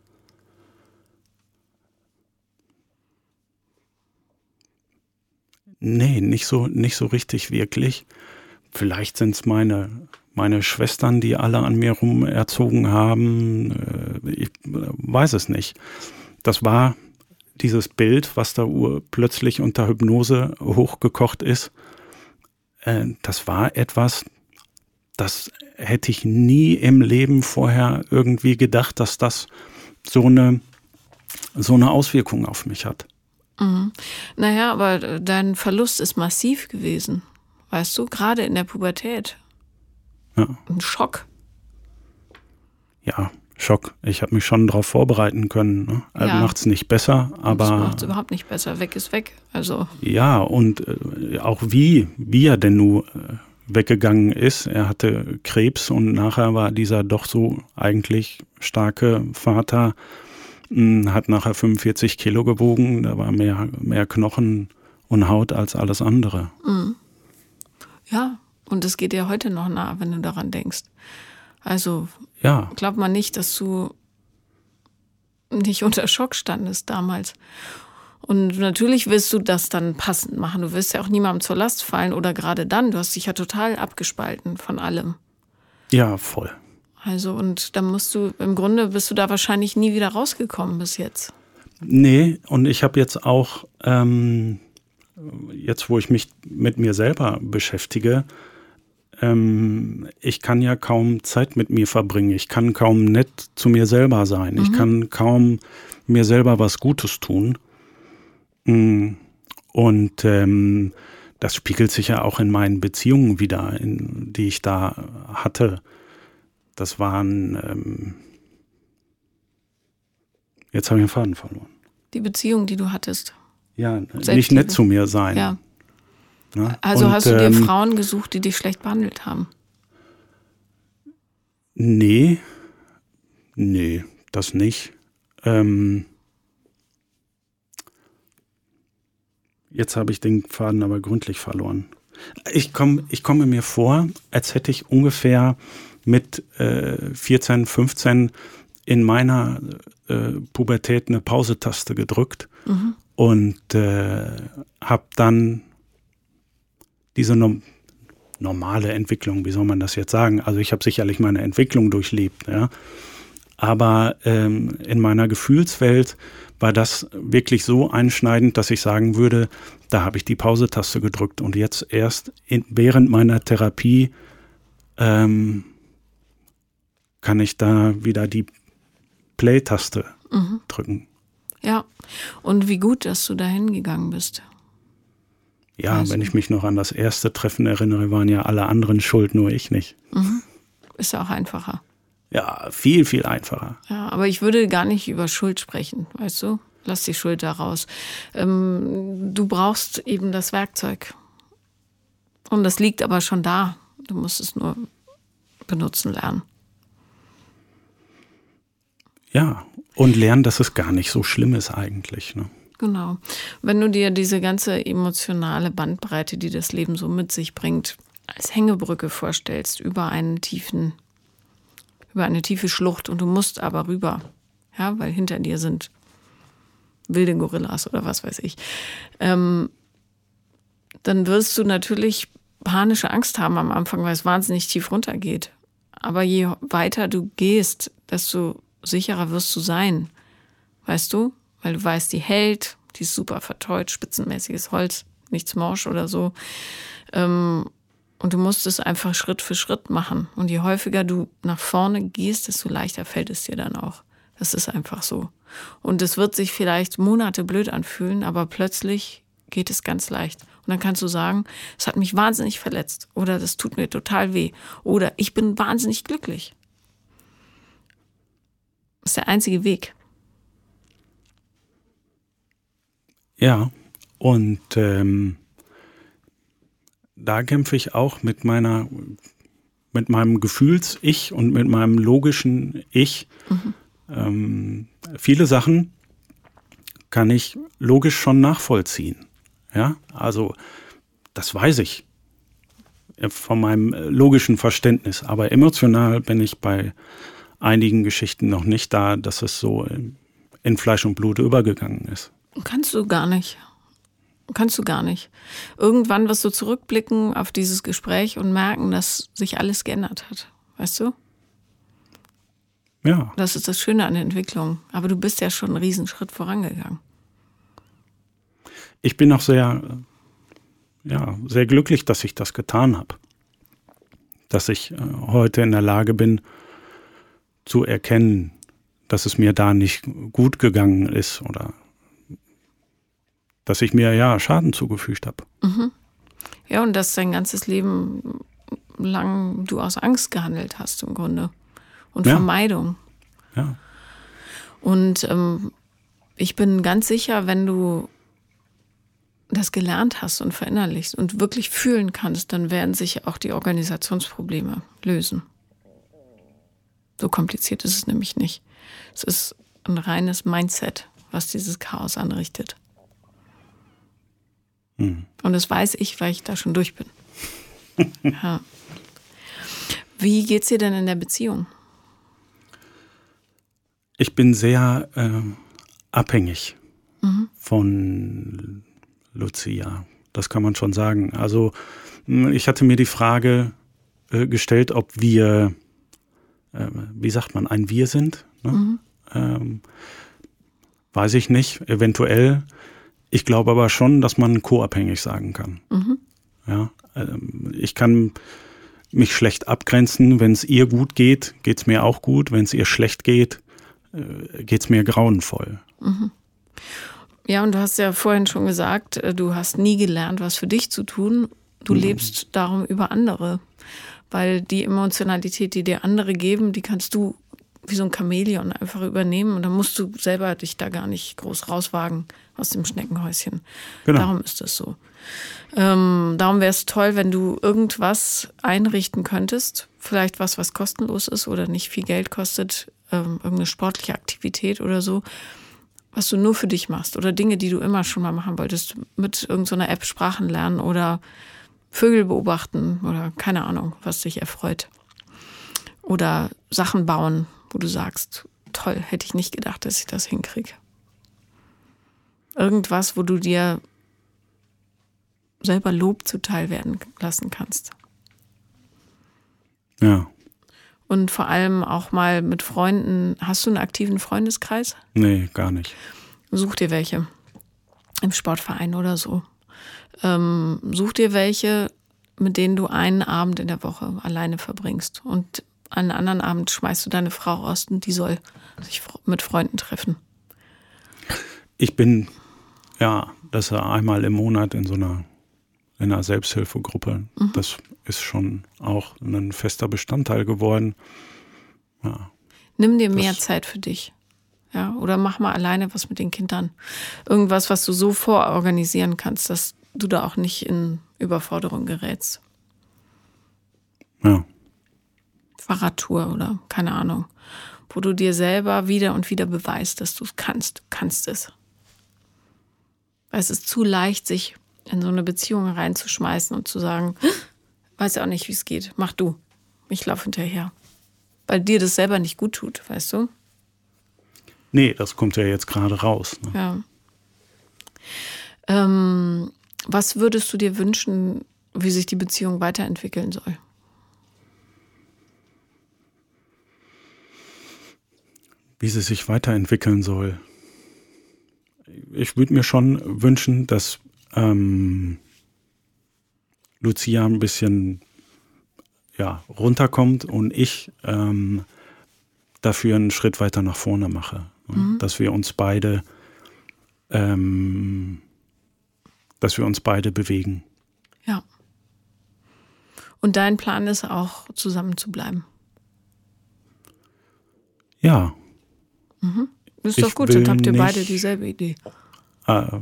[SPEAKER 3] Nee, nicht so, nicht so richtig wirklich. Vielleicht sind es meine, meine Schwestern, die alle an mir rum erzogen haben. Ich weiß es nicht. Das war dieses Bild, was da plötzlich unter Hypnose hochgekocht ist. Das war etwas, das hätte ich nie im Leben vorher irgendwie gedacht, dass das so eine, so eine Auswirkung auf mich hat.
[SPEAKER 1] Mhm. Naja, aber dein Verlust ist massiv gewesen. Weißt du, gerade in der Pubertät.
[SPEAKER 3] Ja.
[SPEAKER 1] Ein Schock.
[SPEAKER 3] Ja, Schock. Ich habe mich schon darauf vorbereiten können. Ne?
[SPEAKER 1] Ja.
[SPEAKER 3] Macht es nicht besser, aber...
[SPEAKER 1] Das macht es überhaupt nicht besser. Weg ist weg. Also.
[SPEAKER 3] Ja, und äh, auch wie, wie er denn nun äh, weggegangen ist. Er hatte Krebs und nachher war dieser doch so eigentlich starke Vater, mh, hat nachher fünfundvierzig Kilo gewogen. Da war mehr, mehr Knochen und Haut als alles andere.
[SPEAKER 1] Mhm. Ja, und es geht dir heute noch nah, wenn du daran denkst. Also
[SPEAKER 3] ja.
[SPEAKER 1] Glaubt man nicht, dass du nicht unter Schock standest damals. Und natürlich willst du das dann passend machen. Du willst ja auch niemandem zur Last fallen oder gerade dann. Du hast dich ja total abgespalten von allem.
[SPEAKER 3] Ja, voll.
[SPEAKER 1] Also und dann musst du, im Grunde bist du da wahrscheinlich nie wieder rausgekommen bis jetzt.
[SPEAKER 3] Nee, und ich habe jetzt auch, ähm, jetzt wo ich mich mit mir selber beschäftige, ähm, ich kann ja kaum Zeit mit mir verbringen. Ich kann kaum nett zu mir selber sein. Mhm. Ich kann kaum mir selber was Gutes tun. Und ähm, das spiegelt sich ja auch in meinen Beziehungen wieder, in, die ich da hatte. Das waren, ähm jetzt habe ich den Faden verloren.
[SPEAKER 1] Die Beziehung, die du hattest.
[SPEAKER 3] Ja, nicht nett zu mir sein.
[SPEAKER 1] Ja.
[SPEAKER 3] Ne?
[SPEAKER 1] Also
[SPEAKER 3] Und,
[SPEAKER 1] hast du dir
[SPEAKER 3] ähm,
[SPEAKER 1] Frauen gesucht, die dich schlecht behandelt haben?
[SPEAKER 3] Nee, nee, das nicht. Ähm Jetzt habe ich den Faden aber gründlich verloren. Ich, komm, ich komme mir vor, als hätte ich ungefähr mit äh, vierzehn, fünfzehn in meiner äh, Pubertät eine Pause-Taste gedrückt mhm. und äh, habe dann diese no- normale Entwicklung, wie soll man das jetzt sagen? Also ich habe sicherlich meine Entwicklung durchlebt, ja. Aber ähm, in meiner Gefühlswelt war das wirklich so einschneidend, dass ich sagen würde, da habe ich die Pause-Taste gedrückt und jetzt erst in, während meiner Therapie ähm, kann ich da wieder die Play-Taste mhm. drücken.
[SPEAKER 1] Ja, und wie gut, dass du da hingegangen bist.
[SPEAKER 3] Ja,
[SPEAKER 1] also.
[SPEAKER 3] Wenn ich mich noch an das erste Treffen erinnere, waren ja alle anderen schuld, nur ich nicht.
[SPEAKER 1] Mhm. Ist ja auch einfacher.
[SPEAKER 3] Ja, viel, viel einfacher.
[SPEAKER 1] Ja, aber ich würde gar nicht über Schuld sprechen, weißt du? Lass die Schuld da raus. Ähm, du brauchst eben das Werkzeug. Und das liegt aber schon da. Du musst es nur benutzen lernen.
[SPEAKER 3] Ja, und lernen, dass es gar nicht so schlimm ist eigentlich, ne?
[SPEAKER 1] Genau. Wenn du dir diese ganze emotionale Bandbreite, die das Leben so mit sich bringt, als Hängebrücke vorstellst, über einen tiefen, über eine tiefe Schlucht und du musst aber rüber, ja, weil hinter dir sind wilde Gorillas oder was weiß ich, ähm, dann wirst du natürlich panische Angst haben am Anfang, weil es wahnsinnig tief runtergeht. Aber je weiter du gehst, desto sicherer wirst du sein, weißt du? Weil du weißt, die hält, die ist super verteut, spitzenmäßiges Holz, nichts morsch oder so. Ähm, und du musst es einfach Schritt für Schritt machen. Und je häufiger du nach vorne gehst, desto leichter fällt es dir dann auch. Das ist einfach so. Und es wird sich vielleicht Monate blöd anfühlen, aber plötzlich geht es ganz leicht. Und dann kannst du sagen, es hat mich wahnsinnig verletzt oder das tut mir total weh oder ich bin wahnsinnig glücklich. Das ist der einzige Weg.
[SPEAKER 3] Ja, und ähm, da kämpfe ich auch mit meiner, mit meinem Gefühls-Ich und mit meinem logischen Ich. Mhm. Ähm, viele Sachen kann ich logisch schon nachvollziehen. Ja, also das weiß ich von meinem logischen Verständnis. Aber emotional bin ich bei einigen Geschichten noch nicht da, dass es so in Fleisch und Blut übergegangen ist.
[SPEAKER 1] Kannst du gar nicht. Kannst du gar nicht. Irgendwann wirst du zurückblicken auf dieses Gespräch und merken, dass sich alles geändert hat. Weißt du?
[SPEAKER 3] Ja.
[SPEAKER 1] Das ist das Schöne an der Entwicklung. Aber du bist ja schon einen Riesenschritt vorangegangen.
[SPEAKER 3] Ich bin auch sehr, ja, sehr glücklich, dass ich das getan habe. Dass ich äh, heute in der Lage bin, zu erkennen, dass es mir da nicht gut gegangen ist oder dass ich mir ja Schaden zugefügt habe.
[SPEAKER 1] Mhm. Ja, und dass dein ganzes Leben lang du aus Angst gehandelt hast im Grunde. Und
[SPEAKER 3] ja.
[SPEAKER 1] Vermeidung.
[SPEAKER 3] Ja.
[SPEAKER 1] Und ähm, ich bin ganz sicher, wenn du das gelernt hast und verinnerlichst und wirklich fühlen kannst, dann werden sich auch die Organisationsprobleme lösen. So kompliziert ist es nämlich nicht. Es ist ein reines Mindset, was dieses Chaos anrichtet.
[SPEAKER 3] Hm.
[SPEAKER 1] Und das weiß ich, weil ich da schon durch bin. Ja. Wie geht's dir denn in der Beziehung?
[SPEAKER 3] Ich bin sehr äh, abhängig
[SPEAKER 1] mhm.
[SPEAKER 3] von Lucia. Das kann man schon sagen. Also ich hatte mir die Frage äh, gestellt, ob wir, äh, wie sagt man, ein Wir sind. Ne?
[SPEAKER 1] Mhm.
[SPEAKER 3] Ähm, weiß ich nicht, eventuell. Ich glaube aber schon, dass man co-abhängig sagen kann.
[SPEAKER 1] Mhm.
[SPEAKER 3] Ja, ähm, ich kann mich schlecht abgrenzen. Wenn es ihr gut geht, geht es mir auch gut. Wenn es ihr schlecht geht, äh, geht es mir grauenvoll.
[SPEAKER 1] Mhm. Ja, und du hast ja vorhin schon gesagt, du hast nie gelernt, was für dich zu tun. Du mhm. lebst darum über andere. Weil die Emotionalität, die dir andere geben, die kannst du wie so ein Chamäleon einfach übernehmen. Und dann musst du selber dich da gar nicht groß rauswagen aus dem Schneckenhäuschen. Genau. Darum ist es so. Ähm, darum wäre es toll, wenn du irgendwas einrichten könntest. Vielleicht was, was kostenlos ist oder nicht viel Geld kostet. Ähm, irgendeine sportliche Aktivität oder so. Was du nur für dich machst. Oder Dinge, die du immer schon mal machen wolltest. Mit irgendeiner App Sprachen lernen oder Vögel beobachten oder keine Ahnung, was dich erfreut. Oder Sachen bauen, wo du sagst, toll, hätte ich nicht gedacht, dass ich das hinkriege. Irgendwas, wo du dir selber Lob zuteil werden lassen kannst.
[SPEAKER 3] Ja.
[SPEAKER 1] Und vor allem auch mal mit Freunden. Hast du einen aktiven Freundeskreis?
[SPEAKER 3] Nee, gar nicht.
[SPEAKER 1] Such dir welche. Im Sportverein oder so. Ähm, such dir welche, mit denen du einen Abend in der Woche alleine verbringst. Und einen anderen Abend schmeißt du deine Frau raus und die soll sich mit Freunden treffen.
[SPEAKER 3] Ich bin, ja, das ist einmal im Monat in so einer, in einer Selbsthilfegruppe. Mhm. Das ist schon auch ein fester Bestandteil geworden. Ja,
[SPEAKER 1] nimm dir mehr Zeit für dich. Ja, oder mach mal alleine was mit den Kindern. Irgendwas, was du so vororganisieren kannst, dass du da auch nicht in Überforderung gerätst.
[SPEAKER 3] Ja.
[SPEAKER 1] Fahrradtour oder keine Ahnung. Wo du dir selber wieder und wieder beweist, dass du es kannst. Du kannst es. Weil es ist zu leicht, sich in so eine Beziehung reinzuschmeißen und zu sagen, weiß ja auch nicht, wie es geht. Mach du. Ich laufe hinterher. Weil dir das selber nicht gut tut, weißt du?
[SPEAKER 3] Nee, das kommt ja jetzt gerade raus. Ne?
[SPEAKER 1] Ja. Ähm, was würdest du dir wünschen, wie sich die Beziehung weiterentwickeln soll?
[SPEAKER 3] Wie sie sich weiterentwickeln soll. Ich würde mir schon wünschen, dass ähm, Lucia ein bisschen ja, runterkommt und ich ähm, dafür einen Schritt weiter nach vorne mache. Mhm. Dass wir uns beide ähm, dass wir uns beide bewegen.
[SPEAKER 1] Ja. Und dein Plan ist auch, zusammen zu bleiben?
[SPEAKER 3] Ja.
[SPEAKER 1] Mhm. Das ist doch gut, dann habt ihr beide dieselbe Idee.
[SPEAKER 3] Äh,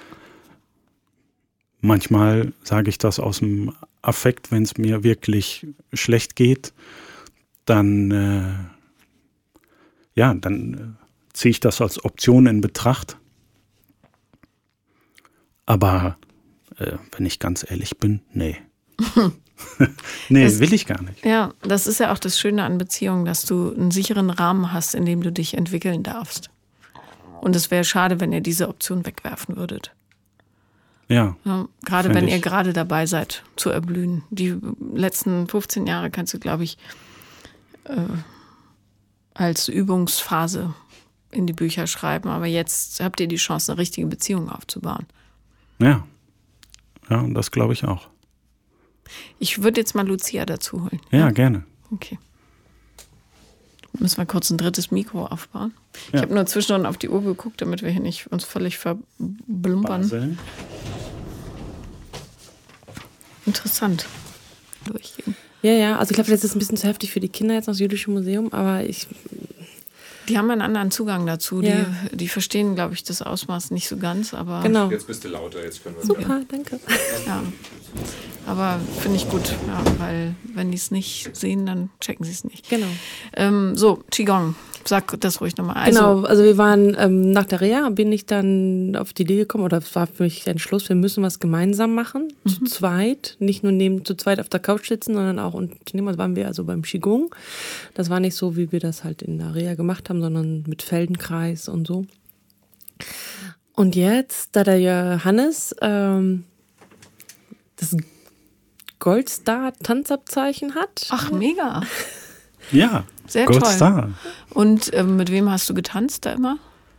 [SPEAKER 3] manchmal sage ich das aus dem Affekt, wenn es mir wirklich schlecht geht, dann äh, ja, dann äh, ziehe ich das als Option in Betracht. Aber äh, wenn ich ganz ehrlich bin, nee. nee, das, will ich gar nicht.
[SPEAKER 1] Ja, das ist ja auch das Schöne an Beziehungen, dass du einen sicheren Rahmen hast, in dem du dich entwickeln darfst. Und es wäre schade, wenn ihr diese Option wegwerfen würdet.
[SPEAKER 3] Ja.
[SPEAKER 1] ja gerade wenn ich. ihr gerade dabei seid, zu erblühen. Die letzten fünfzehn Jahre kannst du, glaube ich, äh, als Übungsphase in die Bücher schreiben. Aber jetzt habt ihr die Chance, eine richtige Beziehung aufzubauen.
[SPEAKER 3] Ja. Ja, und das glaube ich auch.
[SPEAKER 1] Ich würde jetzt mal Lucia dazu holen.
[SPEAKER 3] Ja, ja, gerne.
[SPEAKER 1] Okay. Müssen wir kurz ein drittes Mikro aufbauen.
[SPEAKER 3] Ja.
[SPEAKER 1] Ich habe nur zwischendurch auf die Uhr geguckt, damit wir hier nicht uns völlig verblumpern.
[SPEAKER 3] Baseln.
[SPEAKER 1] Interessant. Durchgehen.
[SPEAKER 2] Ja, ja, also ich glaube, das ist ein bisschen zu heftig für die Kinder jetzt noch das Jüdische Museum, aber ich...
[SPEAKER 1] Die haben einen anderen Zugang dazu.
[SPEAKER 2] Ja.
[SPEAKER 1] Die, die verstehen, glaube ich, das Ausmaß nicht so ganz, aber...
[SPEAKER 2] Genau.
[SPEAKER 4] Jetzt bist du lauter, jetzt können wir...
[SPEAKER 2] Super, danke.
[SPEAKER 1] Ja. Aber finde ich gut, ja, weil wenn die es nicht sehen, dann checken sie es nicht.
[SPEAKER 2] Genau.
[SPEAKER 1] Ähm, so, Qigong, sag das ruhig nochmal.
[SPEAKER 2] Also, genau, also wir waren ähm, nach der Reha, bin ich dann auf die Idee gekommen, oder es war für mich der Entschluss, wir müssen was gemeinsam machen, mhm. zu zweit, nicht nur neben zu zweit auf der Couch sitzen, sondern auch unternehmen. Also waren wir also beim Qigong. Das war nicht so, wie wir das halt in der Reha gemacht haben, sondern mit Feldenkreis und so. Und jetzt, da der Johannes ähm, das Goldstar-Tanzabzeichen hat.
[SPEAKER 1] Ach, mega.
[SPEAKER 3] Ja,
[SPEAKER 1] sehr
[SPEAKER 3] Goldstar.
[SPEAKER 1] Toll. Und äh, mit wem hast du getanzt da immer?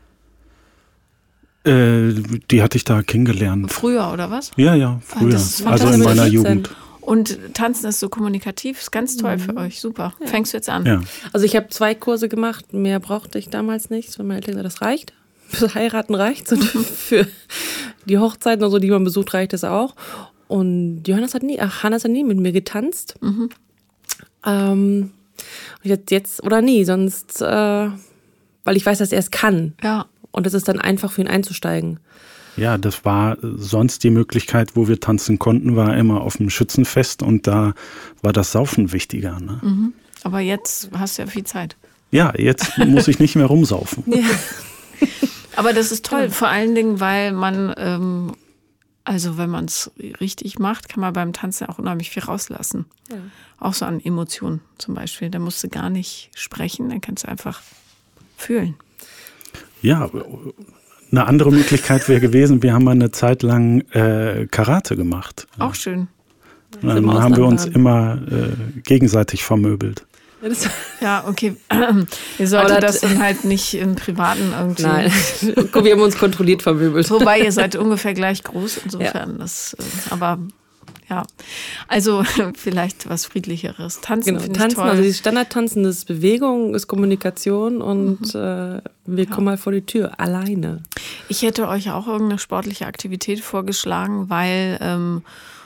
[SPEAKER 3] Äh, die hatte ich da kennengelernt.
[SPEAKER 1] Früher, oder was?
[SPEAKER 3] Ja, ja, früher.
[SPEAKER 1] Ah,
[SPEAKER 3] also in meiner Jugend.
[SPEAKER 1] Und Tanzen ist so kommunikativ, ist ganz toll mhm. für euch, super. Ja. Fängst du jetzt an?
[SPEAKER 3] Ja.
[SPEAKER 2] Also ich habe zwei Kurse gemacht, mehr brauchte ich damals nicht, weil meine Eltern gesagt, das reicht. fürs Heiraten reicht es. Für die Hochzeiten und so, die man besucht, reicht es auch. Und Johannes hat nie, ach, Hannes hat nie mit mir getanzt. Mhm. Ähm, jetzt, jetzt oder nie, sonst, äh, weil ich weiß, dass er es kann.
[SPEAKER 1] Ja.
[SPEAKER 2] Und es ist dann einfach für ihn einzusteigen.
[SPEAKER 3] Ja, das war sonst die Möglichkeit, wo wir tanzen konnten, war immer auf dem Schützenfest und da war das Saufen wichtiger. Ne?
[SPEAKER 1] Mhm. Aber jetzt hast du ja viel Zeit.
[SPEAKER 3] Ja, jetzt muss ich nicht mehr rumsaufen.
[SPEAKER 1] Ja. Aber das ist toll, vor allen Dingen, weil man, ähm, also wenn man es richtig macht, kann man beim Tanzen auch unheimlich viel rauslassen. Ja. Auch so an Emotionen zum Beispiel. Da musst du gar nicht sprechen, dann kannst du einfach fühlen.
[SPEAKER 3] Ja, eine andere Möglichkeit wäre gewesen, wir haben mal eine Zeit lang äh, Karate gemacht.
[SPEAKER 1] Auch schön.
[SPEAKER 3] Und dann haben wir uns immer äh, gegenseitig vermöbelt.
[SPEAKER 1] Ja, okay. Ihr solltet das, das dann halt nicht im Privaten irgendwie.
[SPEAKER 2] Nein, wir haben uns kontrolliert vermöbelt.
[SPEAKER 1] Wobei ihr seid ungefähr gleich groß, insofern. Ja. Das, aber ja, also vielleicht was Friedlicheres. Tanzen
[SPEAKER 2] genau,
[SPEAKER 1] finde ich toll.
[SPEAKER 2] Also die Standardtanzen ist Bewegung, ist Kommunikation und mhm. äh, wir ja. kommen mal vor die Tür, alleine.
[SPEAKER 1] Ich hätte euch auch irgendeine sportliche Aktivität vorgeschlagen, weil ähm,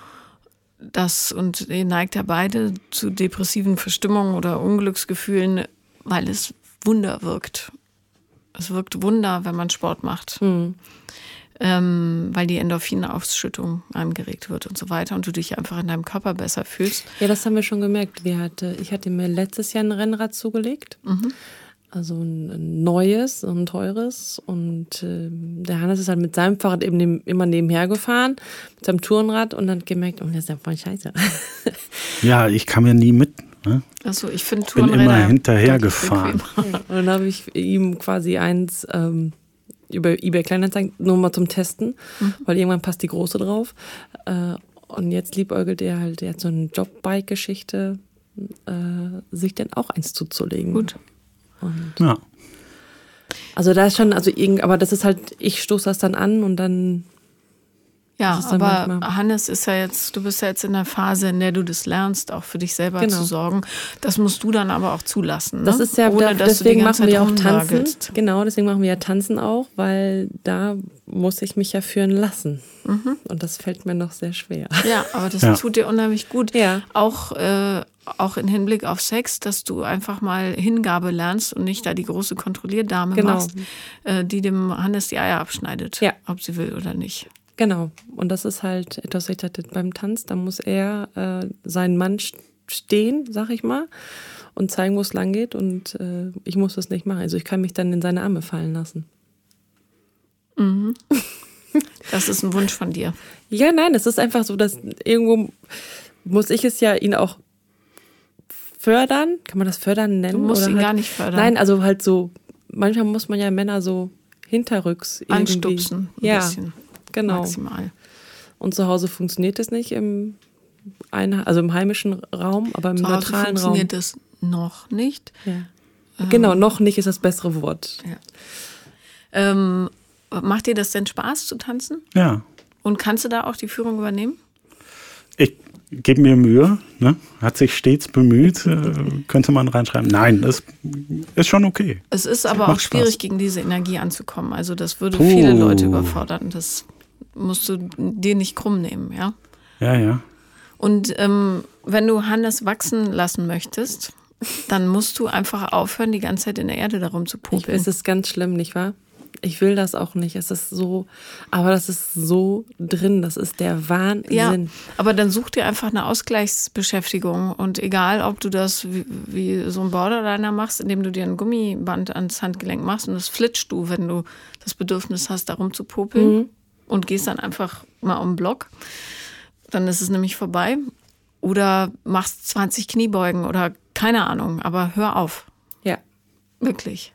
[SPEAKER 1] das, und ihr neigt ja beide zu depressiven Verstimmungen oder Unglücksgefühlen, weil es Wunder wirkt. Es wirkt Wunder, wenn man Sport macht. Mhm. Ähm, weil die Endorphinausschüttung angeregt wird und so weiter und du dich einfach in deinem Körper besser fühlst.
[SPEAKER 2] Ja, das haben wir schon gemerkt. Wir hatte, ich hatte mir letztes Jahr ein Rennrad zugelegt. Mhm. Also ein neues, ein teures. Und äh, der Hannes ist halt mit seinem Fahrrad eben neben, immer nebenher gefahren, mit seinem Tourenrad und dann gemerkt, oh, das ist ja voll scheiße.
[SPEAKER 3] Ja, ich kam ja nie mit. Ne?
[SPEAKER 1] Achso, ich finde
[SPEAKER 3] Tourenräder. Ich bin immer hinterher gefahren.
[SPEAKER 2] Und dann habe ich ihm quasi eins ähm, über eBay Kleinanzeigen nur mal zum Testen, mhm. weil irgendwann passt die große drauf. Äh, und jetzt liebäugelt er halt, er hat so eine Jobbike-Geschichte, äh, sich dann auch eins zuzulegen.
[SPEAKER 1] Gut.
[SPEAKER 2] Und
[SPEAKER 3] ja.
[SPEAKER 2] Also da ist schon, also irgend, aber das ist halt, ich stoße das dann an und dann.
[SPEAKER 1] Ja, aber manchmal. Hannes ist ja jetzt, du bist ja jetzt in der Phase, in der du das lernst, auch für dich selber genau. zu sorgen. Das musst du dann aber auch zulassen. Ne?
[SPEAKER 2] Das ist ja,
[SPEAKER 1] Ohne,
[SPEAKER 2] da, deswegen machen wir ja auch Tanzen. Genau, deswegen machen wir ja Tanzen auch, weil da muss ich mich ja führen lassen. Mhm. Und das fällt mir noch sehr schwer.
[SPEAKER 1] Ja, aber das ja. tut dir unheimlich gut.
[SPEAKER 2] Ja.
[SPEAKER 1] Auch, äh, auch im Hinblick auf Sex, dass du einfach mal Hingabe lernst und nicht da die große Kontrollierdame genau. machst, äh, die dem Hannes die Eier abschneidet,
[SPEAKER 2] ja.
[SPEAKER 1] ob sie will oder nicht.
[SPEAKER 2] Genau. Und das ist halt etwas, ich hatte beim Tanz, da muss er äh, seinen Mann stehen, sag ich mal, und zeigen, wo es lang geht. Und äh, ich muss das nicht machen. Also ich kann mich dann in seine Arme fallen lassen.
[SPEAKER 1] Mhm. Das ist ein Wunsch von dir.
[SPEAKER 2] Ja, nein, es ist einfach so, dass irgendwo muss ich es ja ihn auch fördern. Kann man das fördern nennen?
[SPEAKER 1] Du musst
[SPEAKER 2] Oder
[SPEAKER 1] ihn
[SPEAKER 2] halt,
[SPEAKER 1] gar nicht fördern.
[SPEAKER 2] Nein, also halt so, manchmal muss man ja Männer so hinterrücks irgendwie.
[SPEAKER 1] Anstupsen ein
[SPEAKER 2] ja.
[SPEAKER 1] bisschen.
[SPEAKER 2] Genau.
[SPEAKER 1] Maximal.
[SPEAKER 2] Und zu Hause funktioniert es nicht im, ein, also im heimischen Raum, aber im
[SPEAKER 1] zu
[SPEAKER 2] neutralen
[SPEAKER 1] Hause
[SPEAKER 2] Raum.
[SPEAKER 1] funktioniert es noch nicht.
[SPEAKER 2] Ja. Ähm, genau, noch nicht ist das bessere Wort.
[SPEAKER 1] Ja. Ähm, macht dir das denn Spaß zu tanzen?
[SPEAKER 3] Ja.
[SPEAKER 1] Und kannst du da auch die Führung übernehmen?
[SPEAKER 3] Ich gebe mir Mühe, ne? Hat sich stets bemüht, äh, könnte man reinschreiben. Nein, das ist schon okay.
[SPEAKER 1] Es ist aber auch schwierig, Spaß. gegen diese Energie anzukommen. Also das würde Puh. viele Leute überfordern. Das musst du dir nicht krumm nehmen, ja?
[SPEAKER 3] Ja, ja.
[SPEAKER 1] Und ähm, wenn du Hannes wachsen lassen möchtest, dann musst du einfach aufhören, die ganze Zeit in der Erde darum zu popeln.
[SPEAKER 2] Es ist ganz schlimm, nicht wahr? Ich will das auch nicht. Es ist so, aber das ist so drin. Das ist der Wahnsinn.
[SPEAKER 1] Ja, aber dann such dir einfach eine Ausgleichsbeschäftigung. Und egal, ob du das wie, wie so ein Borderliner machst, indem du dir ein Gummiband ans Handgelenk machst und das flitscht du, wenn du das Bedürfnis hast, darum zu popeln mhm. und gehst dann einfach mal um den Block. Dann ist es nämlich vorbei. Oder machst zwanzig Kniebeugen oder keine Ahnung. Aber hör auf.
[SPEAKER 2] Ja.
[SPEAKER 1] Wirklich.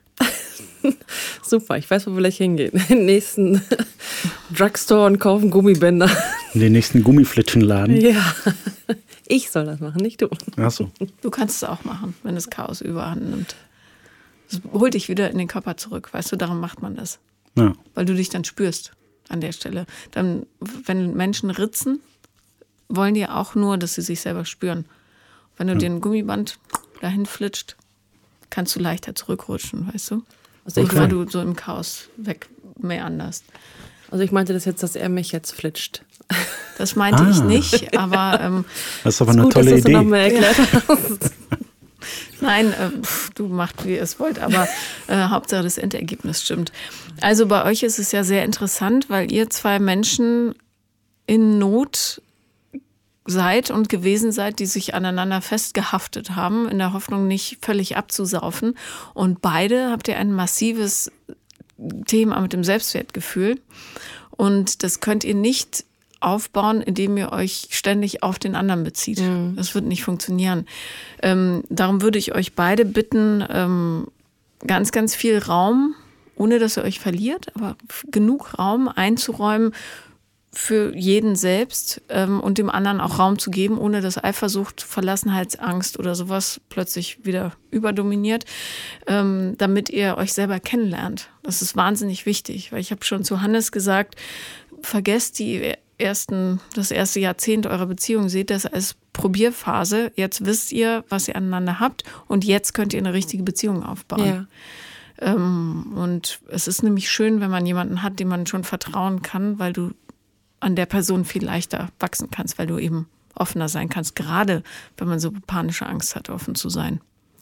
[SPEAKER 2] Super, ich weiß, wo wir gleich hingehen. In den nächsten Drugstore und kaufen Gummibänder.
[SPEAKER 3] In den nächsten Gummiflitschenladen.
[SPEAKER 2] Ja, ich soll das machen, nicht du.
[SPEAKER 3] Ach so.
[SPEAKER 1] Du kannst es auch machen, wenn das Chaos überhand nimmt. Das holt dich wieder in den Körper zurück, weißt du, darum macht man das.
[SPEAKER 3] Ja.
[SPEAKER 1] Weil du dich dann spürst an der Stelle. Dann, wenn Menschen ritzen, wollen die auch nur, dass sie sich selber spüren. Wenn du ja. dir ein Gummiband dahin flitscht, kannst du leichter zurückrutschen, weißt du?
[SPEAKER 2] Also ich
[SPEAKER 1] bevor du so im Chaos wegmeanderst.
[SPEAKER 2] Also ich meinte das jetzt, dass er mich jetzt flitscht.
[SPEAKER 1] Das meinte ah. ich nicht, aber ähm,
[SPEAKER 3] das ist aber ist eine gut, tolle dass Idee.
[SPEAKER 2] Du noch mal erklärt hast.
[SPEAKER 1] Nein, äh, pf, du macht, wie ihr es wollt, aber äh, Hauptsache das Endergebnis stimmt. Also bei euch ist es ja sehr interessant, weil ihr zwei Menschen in Not seid und gewesen seid, die sich aneinander festgehaftet haben, in der Hoffnung, nicht völlig abzusaufen. Und beide habt ihr ein massives Thema mit dem Selbstwertgefühl. Und das könnt ihr nicht aufbauen, indem ihr euch ständig auf den anderen bezieht. Mhm. Das wird nicht funktionieren. Ähm, darum würde ich euch beide bitten, ähm, ganz, ganz viel Raum, ohne dass ihr euch verliert, aber genug Raum einzuräumen für jeden selbst ähm, und dem anderen auch Raum zu geben, ohne dass Eifersucht, Verlassenheitsangst oder sowas plötzlich wieder überdominiert, ähm, damit ihr euch selber kennenlernt. Das ist wahnsinnig wichtig, weil ich habe schon zu Hannes gesagt, vergesst die ersten, das erste Jahrzehnt eurer Beziehung, seht das als Probierphase. Jetzt wisst ihr, was ihr aneinander habt und jetzt könnt ihr eine richtige Beziehung aufbauen. Ja. Ähm, und es ist nämlich schön, wenn man jemanden hat, dem man schon vertrauen kann, weil du an der Person viel leichter wachsen kannst, weil du eben offener sein kannst, gerade wenn man so panische Angst hat, offen zu sein.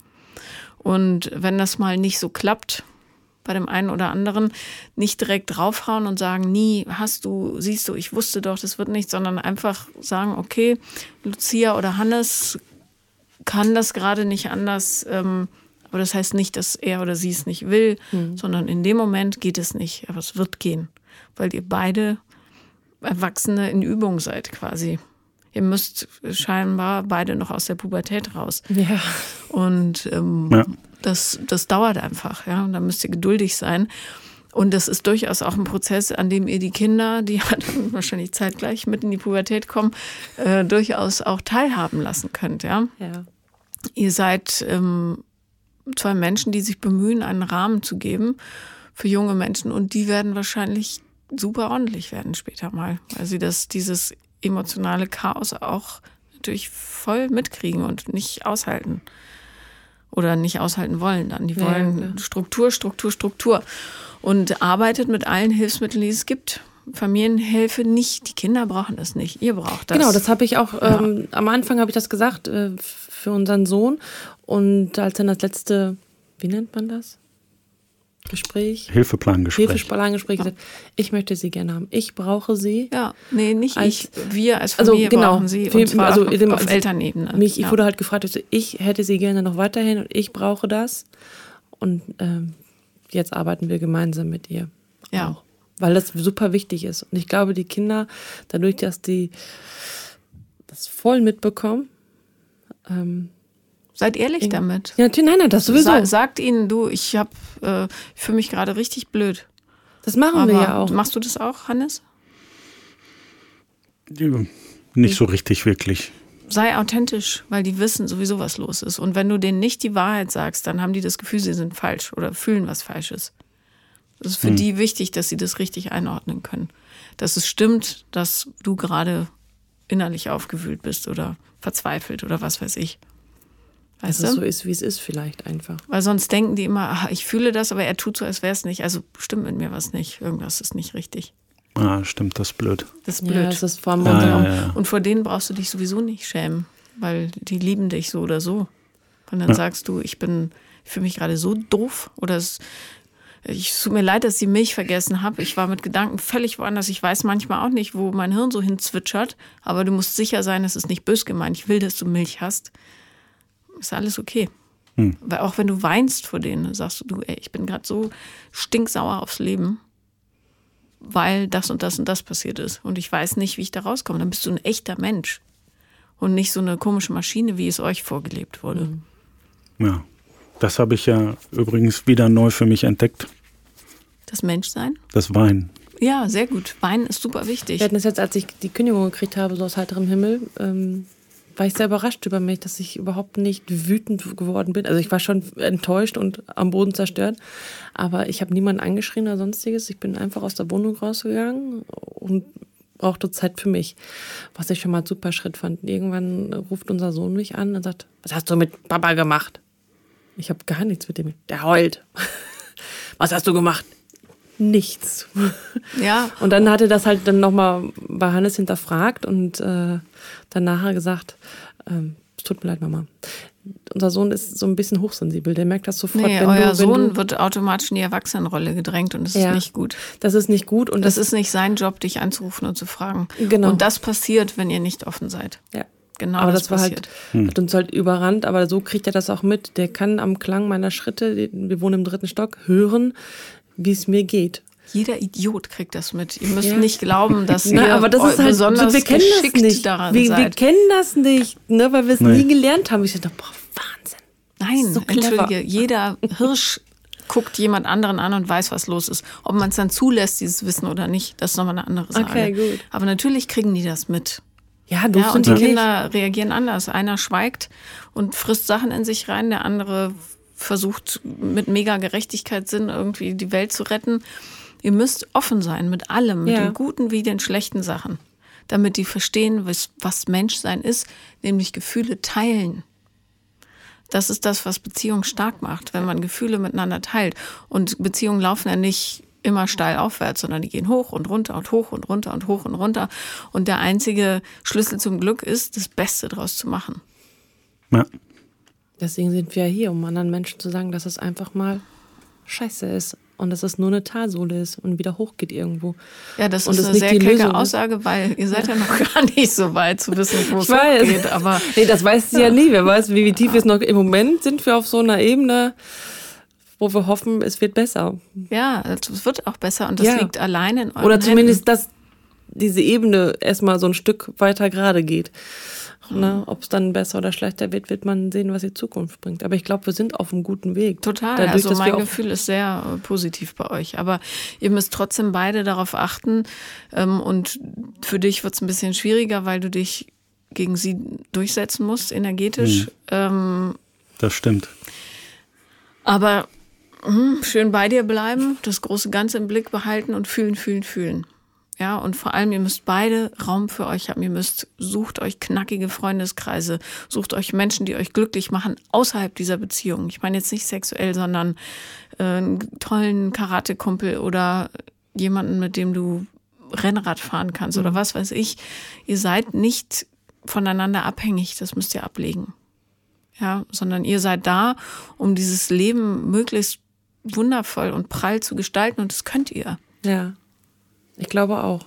[SPEAKER 1] Und wenn das mal nicht so klappt, bei dem einen oder anderen, nicht direkt draufhauen und sagen, nie, hast du, siehst du, ich wusste doch, das wird nicht, sondern einfach sagen, okay, Lucia oder Hannes kann das gerade nicht anders, ähm, aber das heißt nicht, dass er oder sie es nicht will, mhm. sondern in dem Moment geht es nicht, aber es wird gehen, weil ihr beide Erwachsene in Übung seid quasi. Ihr müsst scheinbar beide noch aus der Pubertät raus. Ja. Und ähm, ja. das, das dauert einfach, ja. Und da müsst ihr geduldig sein. Und das ist durchaus auch ein Prozess, an dem ihr die Kinder, die ja dann wahrscheinlich zeitgleich mit in die Pubertät kommen, äh, durchaus auch teilhaben lassen könnt, ja. Ja. Ihr seid ähm, zwei Menschen, die sich bemühen, einen Rahmen zu geben für junge Menschen. Und die werden wahrscheinlich super ordentlich werden später mal, weil sie das, dieses emotionale Chaos auch natürlich voll mitkriegen und nicht aushalten oder nicht aushalten wollen dann. Die wollen ja, Struktur, Struktur, Struktur und arbeitet mit allen Hilfsmitteln, die es gibt. Familienhilfe nicht, die Kinder brauchen das nicht, ihr braucht das.
[SPEAKER 2] Genau, das habe ich auch, ja. ähm, am Anfang habe ich das gesagt äh, für unseren Sohn und als dann das letzte, wie nennt man das? Gespräch.
[SPEAKER 3] Hilfeplangespräch.
[SPEAKER 2] Hilfeplangespräch. Ja. Ich möchte sie gerne haben. Ich brauche sie.
[SPEAKER 1] Ja, nee, nicht als, ich. Wir als Familie also, genau, brauchen sie. Und zwar also, auf, auf Elternebene.
[SPEAKER 2] Mich, ja. Ich wurde halt gefragt, ich hätte sie gerne noch weiterhin und ich brauche das. Und ähm, jetzt arbeiten wir gemeinsam mit ihr.
[SPEAKER 1] Ja.
[SPEAKER 2] Auch, weil das super wichtig ist. Und ich glaube, die Kinder, dadurch, dass die das voll mitbekommen, ähm,
[SPEAKER 1] seid ehrlich damit.
[SPEAKER 2] Ja, nein, nein, das sowieso. Sa-
[SPEAKER 1] sagt ihnen, du, ich hab, äh, ich fühle mich gerade richtig blöd.
[SPEAKER 2] Das machen
[SPEAKER 1] Aber
[SPEAKER 2] wir ja auch.
[SPEAKER 1] Machst du das auch, Hannes?
[SPEAKER 3] Nicht so richtig, wirklich.
[SPEAKER 1] Sei authentisch, weil die wissen sowieso, was los ist. Und wenn du denen nicht die Wahrheit sagst, dann haben die das Gefühl, sie sind falsch oder fühlen was Falsches. Es ist für hm. die wichtig, dass sie das richtig einordnen können. Dass es stimmt, dass du gerade innerlich aufgewühlt bist oder verzweifelt oder was weiß ich. Weißt
[SPEAKER 2] dass
[SPEAKER 1] du?
[SPEAKER 2] es so ist, wie es ist vielleicht einfach.
[SPEAKER 1] Weil sonst denken die immer, ach, ich fühle das, aber er tut so, als wäre es nicht. Also stimmt mit mir was nicht. Irgendwas ist nicht richtig.
[SPEAKER 3] Ah, stimmt, das ist blöd.
[SPEAKER 1] Das ist blöd.
[SPEAKER 2] Ja, das ist vor allem
[SPEAKER 3] ja, ja, ja.
[SPEAKER 1] Und vor denen brauchst du dich sowieso nicht schämen, weil die lieben dich so oder so. Und dann ja. sagst du, ich bin, ich fühle mich gerade so doof oder es, ich es tut mir leid, dass ich die Milch vergessen habe. Ich war mit Gedanken völlig woanders. Ich weiß manchmal auch nicht, wo mein Hirn so hinzwitschert, aber du musst sicher sein, es ist nicht bös gemeint. Ich will, dass du Milch hast. Ist alles okay. Hm. Weil auch wenn du weinst vor denen, sagst du, du, ey, ich bin gerade so stinksauer aufs Leben, weil das und das und das passiert ist. Und ich weiß nicht, wie ich da rauskomme. Dann bist du ein echter Mensch. Und nicht so eine komische Maschine, wie es euch vorgelebt wurde.
[SPEAKER 3] Ja, das habe ich ja übrigens wieder neu für mich entdeckt.
[SPEAKER 1] Das Menschsein?
[SPEAKER 3] Das Weinen.
[SPEAKER 1] Ja, sehr gut. Weinen ist super wichtig.
[SPEAKER 2] Wir hatten das jetzt, als ich die Kündigung gekriegt habe, so aus heiterem Himmel, ähm, war ich sehr überrascht über mich, dass ich überhaupt nicht wütend geworden bin. Also ich war schon enttäuscht und am Boden zerstört, aber ich habe niemanden angeschrien oder sonstiges. Ich bin einfach aus der Wohnung rausgegangen und brauchte Zeit für mich, was ich schon mal einen super Schritt fand. Irgendwann ruft unser Sohn mich an und sagt, was hast du mit Papa gemacht? Ich habe gar nichts mit dem, der heult. was hast du gemacht? Nichts.
[SPEAKER 1] Ja.
[SPEAKER 2] Und dann hat er das halt dann nochmal bei Hannes hinterfragt und äh, dann nachher gesagt, ähm, es tut mir leid, Mama. Unser Sohn ist so ein bisschen hochsensibel, der merkt das sofort.
[SPEAKER 1] Nee,
[SPEAKER 2] wenn
[SPEAKER 1] euer
[SPEAKER 2] du, wenn
[SPEAKER 1] Sohn
[SPEAKER 2] du,
[SPEAKER 1] wird automatisch in die Erwachsenenrolle gedrängt und das
[SPEAKER 2] ja,
[SPEAKER 1] ist nicht gut.
[SPEAKER 2] Das ist nicht gut. Und
[SPEAKER 1] das,
[SPEAKER 2] das
[SPEAKER 1] ist nicht sein Job, dich anzurufen und zu fragen.
[SPEAKER 2] Genau.
[SPEAKER 1] Und das passiert, wenn ihr nicht offen seid.
[SPEAKER 2] Ja.
[SPEAKER 1] Genau,
[SPEAKER 2] aber
[SPEAKER 1] das,
[SPEAKER 2] das war
[SPEAKER 1] passiert.
[SPEAKER 2] halt, hat uns halt überrannt, aber so kriegt er das auch mit. Der kann am Klang meiner Schritte, wir wohnen im dritten Stock, hören, wie es mir geht.
[SPEAKER 1] Jeder Idiot kriegt das mit. Ihr müsst
[SPEAKER 2] Ja.
[SPEAKER 1] nicht glauben, dass
[SPEAKER 2] Na,
[SPEAKER 1] ihr
[SPEAKER 2] aber das ist halt,
[SPEAKER 1] besonders
[SPEAKER 2] wir kennen
[SPEAKER 1] geschickt
[SPEAKER 2] das nicht.
[SPEAKER 1] daran
[SPEAKER 2] wir,
[SPEAKER 1] seid.
[SPEAKER 2] wir kennen das nicht, ne, weil wir es
[SPEAKER 3] Nee.
[SPEAKER 2] nie gelernt haben. Ich dachte, boah, Wahnsinn.
[SPEAKER 1] Nein,
[SPEAKER 2] so clever.
[SPEAKER 1] entschuldige, jeder Hirsch guckt jemand anderen an und weiß, was los ist. Ob man es dann zulässt, dieses Wissen oder nicht, das ist nochmal eine andere Sache.
[SPEAKER 2] Okay, gut.
[SPEAKER 1] Aber natürlich kriegen die das mit.
[SPEAKER 2] Ja, du
[SPEAKER 1] Ja, und die
[SPEAKER 2] nicht.
[SPEAKER 1] Kinder reagieren anders. Einer schweigt und frisst Sachen in sich rein, der andere versucht mit mega Gerechtigkeitssinn irgendwie die Welt zu retten. Ihr müsst offen sein mit allem, mit
[SPEAKER 2] Ja.
[SPEAKER 1] den guten wie den schlechten Sachen, damit die verstehen, was, was Menschsein ist, nämlich Gefühle teilen. Das ist das, was Beziehungen stark macht, wenn man Gefühle miteinander teilt. Und Beziehungen laufen ja nicht immer steil aufwärts, sondern die gehen hoch und runter und hoch und runter und hoch und runter. Und der einzige Schlüssel zum Glück ist, das Beste draus zu machen.
[SPEAKER 3] Ja.
[SPEAKER 2] Deswegen sind wir hier, um anderen Menschen zu sagen, dass es einfach mal scheiße ist und dass es nur eine Talsohle ist und wieder hochgeht irgendwo.
[SPEAKER 1] Ja, das
[SPEAKER 2] Und
[SPEAKER 1] ist
[SPEAKER 2] es
[SPEAKER 1] eine
[SPEAKER 2] nicht
[SPEAKER 1] sehr
[SPEAKER 2] die
[SPEAKER 1] kecke
[SPEAKER 2] Lösung ist.
[SPEAKER 1] Aussage, weil ihr seid ja noch gar nicht so weit zu wissen, wo es
[SPEAKER 2] Ich weiß.
[SPEAKER 1] hochgeht. Aber
[SPEAKER 2] Nee, das weiß sie ja nie. Wer weiß, wie, wie tief wir es noch. Im Moment sind wir auf so einer Ebene, wo wir hoffen, es wird besser.
[SPEAKER 1] ja, es wird auch besser und das
[SPEAKER 2] Ja.
[SPEAKER 1] liegt allein in euren
[SPEAKER 2] Oder zumindest,
[SPEAKER 1] Händen.
[SPEAKER 2] dass diese Ebene erstmal so ein Stück weiter gerade geht. Ne? Ob es dann besser oder schlechter wird, wird man sehen, was die Zukunft bringt. Aber ich glaube, wir sind auf einem guten Weg.
[SPEAKER 1] Total,
[SPEAKER 2] Dadurch,
[SPEAKER 1] also
[SPEAKER 2] dass
[SPEAKER 1] mein
[SPEAKER 2] wir auch-
[SPEAKER 1] Gefühl ist sehr äh, positiv bei euch. Aber ihr müsst trotzdem beide darauf achten. Ähm, und für dich wird es ein bisschen schwieriger, weil du dich gegen sie durchsetzen musst, energetisch.
[SPEAKER 3] Mhm.
[SPEAKER 1] Ähm,
[SPEAKER 3] Das stimmt.
[SPEAKER 1] aber hm, schön bei dir bleiben, das große Ganze im Blick behalten und fühlen, fühlen, fühlen. Ja, und vor allem, ihr müsst beide Raum für euch haben. Ihr müsst, sucht euch knackige Freundeskreise, sucht euch Menschen, die euch glücklich machen, außerhalb dieser Beziehung. Ich meine jetzt nicht sexuell, sondern äh, einen tollen Karate-Kumpel oder jemanden, mit dem du Rennrad fahren kannst oder was weiß ich. Ihr seid nicht voneinander abhängig, das müsst ihr ablegen. Ja, sondern ihr seid da, um dieses Leben möglichst wundervoll und prall zu gestalten und das könnt ihr.
[SPEAKER 2] Ja, ich glaube auch.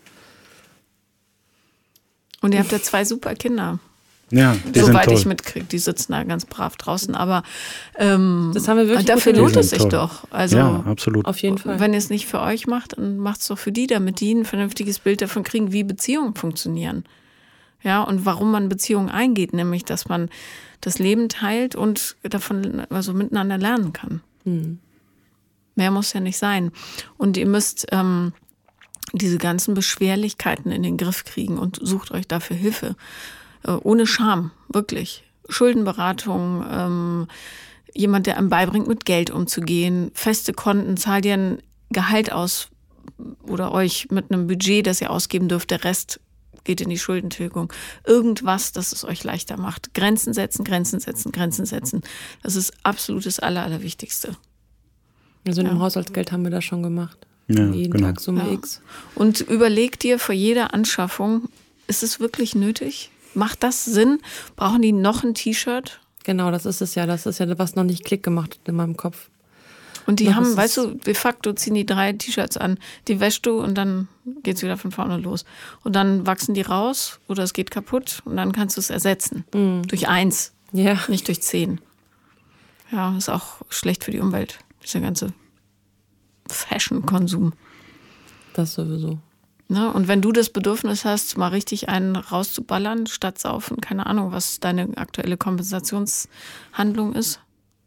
[SPEAKER 1] Und ihr habt ja zwei super Kinder,
[SPEAKER 3] Ja, die sind
[SPEAKER 1] soweit
[SPEAKER 3] toll.
[SPEAKER 1] ich mitkriege. Die sitzen da ganz brav draußen, aber ähm,
[SPEAKER 2] Das haben wir wirklich
[SPEAKER 1] dafür
[SPEAKER 2] gut
[SPEAKER 1] lohnt
[SPEAKER 3] gemacht.
[SPEAKER 1] es sich
[SPEAKER 3] Die sind
[SPEAKER 1] doch. Also
[SPEAKER 3] ja, absolut.
[SPEAKER 2] Auf jeden Fall.
[SPEAKER 1] wenn ihr es nicht für euch macht, dann macht es doch für die, damit die ein vernünftiges Bild davon kriegen, wie Beziehungen funktionieren. Ja, und warum man Beziehungen eingeht, nämlich, dass man das Leben teilt und davon also miteinander lernen kann.
[SPEAKER 2] Hm.
[SPEAKER 1] Mehr muss ja nicht sein. Und ihr müsst ähm, diese ganzen Beschwerlichkeiten in den Griff kriegen und sucht euch dafür Hilfe. Äh, ohne Scham, wirklich. Schuldenberatung, ähm, jemand, der einem beibringt, mit Geld umzugehen, feste Konten, zahlt ihr ein Gehalt aus oder euch mit einem Budget, das ihr ausgeben dürft, der Rest geht in die Schuldentilgung. Irgendwas, das es euch leichter macht. Grenzen setzen, Grenzen setzen, Grenzen setzen. Das ist absolut das Aller, Allerwichtigste.
[SPEAKER 2] Also in dem
[SPEAKER 1] Ja.
[SPEAKER 2] Haushaltsgeld haben wir das schon gemacht.
[SPEAKER 3] Ja,
[SPEAKER 2] Jeden
[SPEAKER 3] genau.
[SPEAKER 2] Tag Summe
[SPEAKER 1] Ja.
[SPEAKER 2] X.
[SPEAKER 1] Und überleg dir vor jeder Anschaffung, ist es wirklich nötig? Macht das Sinn? Brauchen die noch ein T-Shirt?
[SPEAKER 2] Genau, das ist es ja. Das ist ja, was noch nicht Klick gemacht hat in meinem Kopf.
[SPEAKER 1] Und die
[SPEAKER 2] Noch
[SPEAKER 1] haben,
[SPEAKER 2] ist es-
[SPEAKER 1] weißt du, de facto ziehen die drei T-Shirts an, die wäschst du und dann geht's wieder von vorne los. Und dann wachsen die raus oder es geht kaputt und dann kannst du es ersetzen. Durch eins,
[SPEAKER 2] Ja.
[SPEAKER 1] nicht durch zehn. Ja, ist auch schlecht für die Umwelt, dieser ganze Fashion-Konsum.
[SPEAKER 2] Das sowieso.
[SPEAKER 1] Ne? Und wenn du das Bedürfnis hast, mal richtig einen rauszuballern, statt saufen, keine Ahnung, was deine aktuelle Kompensationshandlung ist.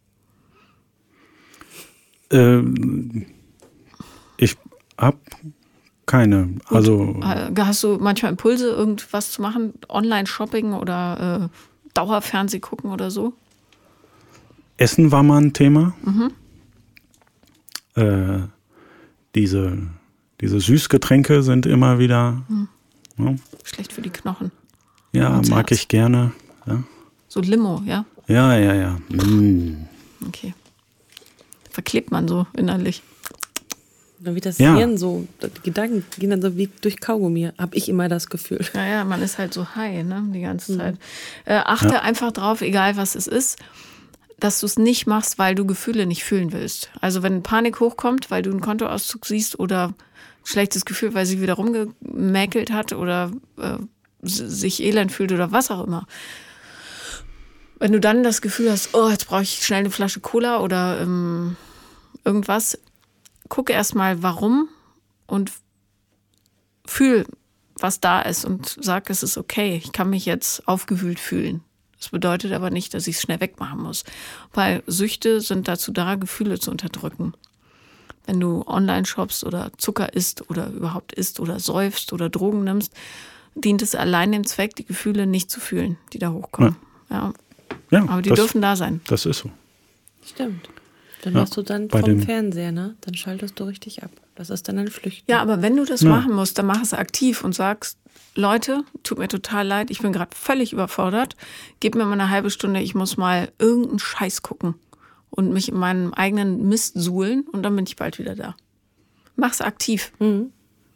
[SPEAKER 3] Ähm, ich hab keine. Also
[SPEAKER 1] Äh, Hast du manchmal Impulse, irgendwas zu machen? Online-Shopping oder äh, Dauerfernseh gucken oder so?
[SPEAKER 3] Essen war mal ein Thema. Äh, diese, diese Süßgetränke sind immer wieder. Ja,
[SPEAKER 1] Schlecht für die Knochen.
[SPEAKER 3] ja
[SPEAKER 1] Und
[SPEAKER 3] mag
[SPEAKER 1] Herz.
[SPEAKER 3] ich gerne. Ja,
[SPEAKER 1] So Limo, ja?
[SPEAKER 3] ja, ja. ja. Mm.
[SPEAKER 1] Okay. verklebt man so innerlich.
[SPEAKER 2] Dann wird das
[SPEAKER 3] Ja.
[SPEAKER 2] Hirn so, die Gedanken gehen dann so wie durch Kaugummi, habe ich immer das Gefühl.
[SPEAKER 1] Naja, man ist halt so high, ne, die ganze Zeit. Äh, achte
[SPEAKER 3] Ja.
[SPEAKER 1] einfach drauf, egal was es ist, dass du es nicht machst, weil du Gefühle nicht fühlen willst. Also wenn Panik hochkommt, weil du einen Kontoauszug siehst oder ein schlechtes Gefühl, weil sie wieder rumgemäkelt hat oder äh, sich elend fühlt oder was auch immer. Wenn du dann das Gefühl hast, oh, jetzt brauche ich schnell eine Flasche Cola oder ähm, irgendwas, gucke erstmal, warum und fühl, was da ist und sag, es ist okay. Ich kann mich jetzt aufgewühlt fühlen. Das bedeutet aber nicht, dass ich es schnell wegmachen muss. Weil Süchte sind dazu da, Gefühle zu unterdrücken. Wenn du online shoppst oder Zucker isst oder überhaupt isst oder säufst oder Drogen nimmst, dient es allein dem Zweck, die Gefühle nicht zu fühlen, die da hochkommen. Ja.
[SPEAKER 3] Ja,
[SPEAKER 1] Aber die
[SPEAKER 3] das,
[SPEAKER 1] dürfen da sein.
[SPEAKER 3] Das ist so.
[SPEAKER 2] Stimmt. Dann
[SPEAKER 3] Ja,
[SPEAKER 2] machst du dann
[SPEAKER 3] bei
[SPEAKER 2] vom
[SPEAKER 3] den-
[SPEAKER 2] Fernseher, ne? Dann schaltest du richtig ab. Das ist dann ein Flüchten.
[SPEAKER 1] Ja, aber wenn du das
[SPEAKER 3] Ja.
[SPEAKER 1] machen musst, dann mach es aktiv und sagst, Leute, tut mir total leid, ich bin gerade völlig überfordert. Gebt mir mal eine halbe Stunde, ich muss mal irgendeinen Scheiß gucken und mich in meinem eigenen Mist suhlen und dann bin ich bald wieder da. Mach's aktiv.
[SPEAKER 2] Mhm.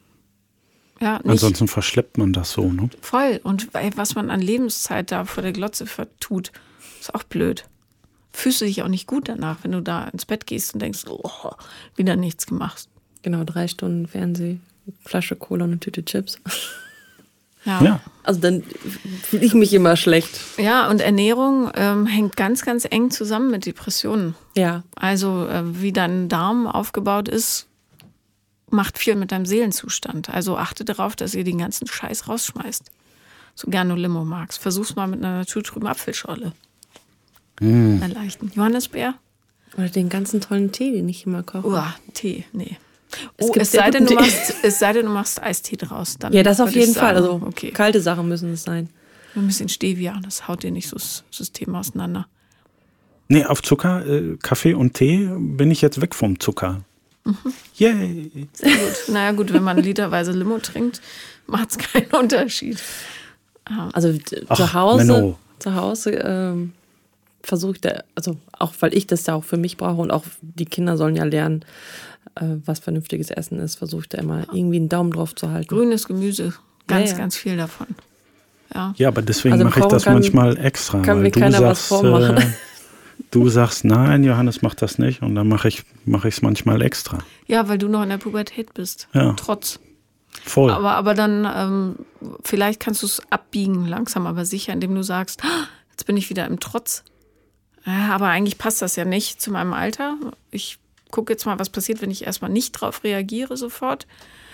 [SPEAKER 1] Ja, nicht
[SPEAKER 3] Ansonsten verschleppt man das so, ne?
[SPEAKER 1] voll. Und ey, was man an Lebenszeit da vor der Glotze vertut, ist auch blöd. Fühlst du dich auch nicht gut danach, wenn du da ins Bett gehst und denkst, oh, wieder nichts gemacht.
[SPEAKER 2] Genau, drei Stunden Fernseh, Flasche Cola und eine Tüte Chips.
[SPEAKER 1] Ja.
[SPEAKER 3] Ja.
[SPEAKER 2] Also dann fühle ich mich immer schlecht.
[SPEAKER 1] Ja, und Ernährung ähm, hängt ganz, ganz eng zusammen mit Depressionen.
[SPEAKER 2] Ja.
[SPEAKER 1] Also äh, wie dein Darm aufgebaut ist, macht viel mit deinem Seelenzustand. Also achte darauf, dass ihr den ganzen Scheiß rausschmeißt. So gern du Limo magst. Versuch's mal mit einer naturtrüben Apfelschorle.
[SPEAKER 3] Mm.
[SPEAKER 1] Einen leichten Johannisbeer.
[SPEAKER 2] Oder den ganzen tollen Tee, den ich immer koche.
[SPEAKER 1] Uah, Tee, nee.
[SPEAKER 2] Es
[SPEAKER 1] Oh,
[SPEAKER 2] gibt
[SPEAKER 1] es, sei
[SPEAKER 2] sehr
[SPEAKER 1] denn, du
[SPEAKER 2] guten Tee.
[SPEAKER 1] machst, es sei denn, du machst Eistee draus. Dann
[SPEAKER 2] Ja, das auf
[SPEAKER 1] würde ich
[SPEAKER 2] jeden Fall.
[SPEAKER 1] sagen,
[SPEAKER 2] Also
[SPEAKER 1] okay.
[SPEAKER 2] kalte Sachen müssen es sein.
[SPEAKER 1] Ein bisschen Stevia, das haut dir nicht so das System auseinander.
[SPEAKER 3] Nee, auf Zucker, äh, Kaffee und Tee bin ich jetzt weg vom Zucker.
[SPEAKER 1] Mhm.
[SPEAKER 3] Yay!
[SPEAKER 1] Sehr gut. Naja gut, wenn man literweise Limo trinkt, macht es keinen Unterschied.
[SPEAKER 2] Also d-
[SPEAKER 3] Ach,
[SPEAKER 2] zu Hause,
[SPEAKER 3] Menno.
[SPEAKER 2] zu Hause ähm, versuche ich da, also auch weil ich das ja auch für mich brauche und auch die Kinder sollen ja lernen, äh, was vernünftiges Essen ist, versuche ich da immer irgendwie einen Daumen drauf zu halten.
[SPEAKER 1] Grünes Gemüse, ganz,
[SPEAKER 2] Ja, ja.
[SPEAKER 1] ganz viel davon. Ja.
[SPEAKER 3] Ja, aber deswegen
[SPEAKER 2] Also im
[SPEAKER 3] mache ich
[SPEAKER 2] Kochen
[SPEAKER 3] das
[SPEAKER 2] kann-
[SPEAKER 3] manchmal extra.
[SPEAKER 2] kann
[SPEAKER 3] weil
[SPEAKER 2] mir
[SPEAKER 3] du
[SPEAKER 2] keiner was
[SPEAKER 3] sagst,
[SPEAKER 2] vormachen.
[SPEAKER 3] Äh, du sagst, nein, Johannes macht das nicht. Und dann mache ich es manchmal extra.
[SPEAKER 1] Ja, weil du noch in der Pubertät bist.
[SPEAKER 3] Ja.
[SPEAKER 1] Trotz.
[SPEAKER 3] Voll.
[SPEAKER 1] Aber, aber dann, ähm, vielleicht kannst du es abbiegen, langsam, aber sicher, indem du sagst, "Ah, jetzt bin ich wieder im Trotz. Ja, aber eigentlich passt das ja nicht zu meinem Alter. Ich gucke jetzt mal, was passiert, wenn ich erstmal nicht drauf reagiere sofort.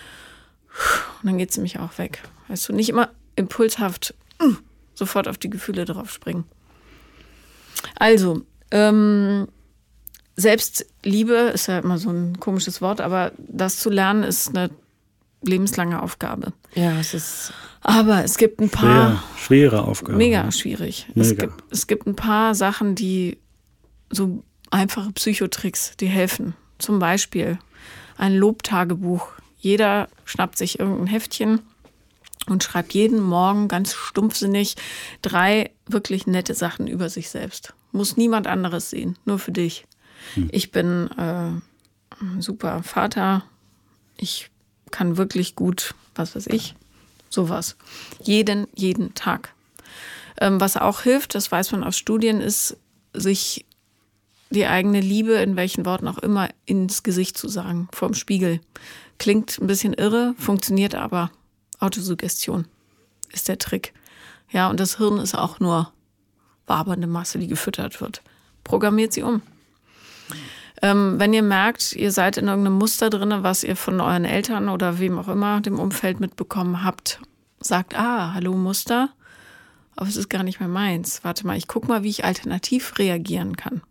[SPEAKER 1] Und dann geht es nämlich auch weg. Weißt du, nicht immer impulshaft mm, sofort auf die Gefühle drauf springen. Also, ähm, Selbstliebe ist ja immer so ein komisches Wort, aber das zu lernen ist eine lebenslange Aufgabe.
[SPEAKER 2] Ja, es ist
[SPEAKER 1] Aber es gibt ein
[SPEAKER 3] Schwer,
[SPEAKER 1] paar,
[SPEAKER 3] schwere Aufgabe.
[SPEAKER 1] mega schwierig. Es
[SPEAKER 3] Mega.
[SPEAKER 1] gibt, es gibt ein paar Sachen, die so einfache Psychotricks, die helfen. Zum Beispiel ein Lobtagebuch. Jeder schnappt sich irgendein Heftchen und schreibt jeden Morgen ganz stumpfsinnig drei wirklich nette Sachen über sich selbst. Muss niemand anderes sehen, nur für dich. Ich bin äh, ein super Vater. Ich kann wirklich gut, was weiß ich, sowas. Jeden, jeden Tag. Ähm, was auch hilft, das weiß man aus Studien, ist, sich die eigene Liebe, in welchen Worten auch immer, ins Gesicht zu sagen, vorm Spiegel. Klingt ein bisschen irre, funktioniert aber. Autosuggestion ist der Trick. Ja, und das Hirn ist auch nur wabernde Masse, die gefüttert wird. Programmiert sie um. Ähm, wenn ihr merkt, ihr seid in irgendeinem Muster drin, was ihr von euren Eltern oder wem auch immer, dem Umfeld mitbekommen habt, sagt, ah, hallo Muster, aber es ist gar nicht mehr meins. Warte mal, ich gucke mal, wie ich alternativ reagieren kann.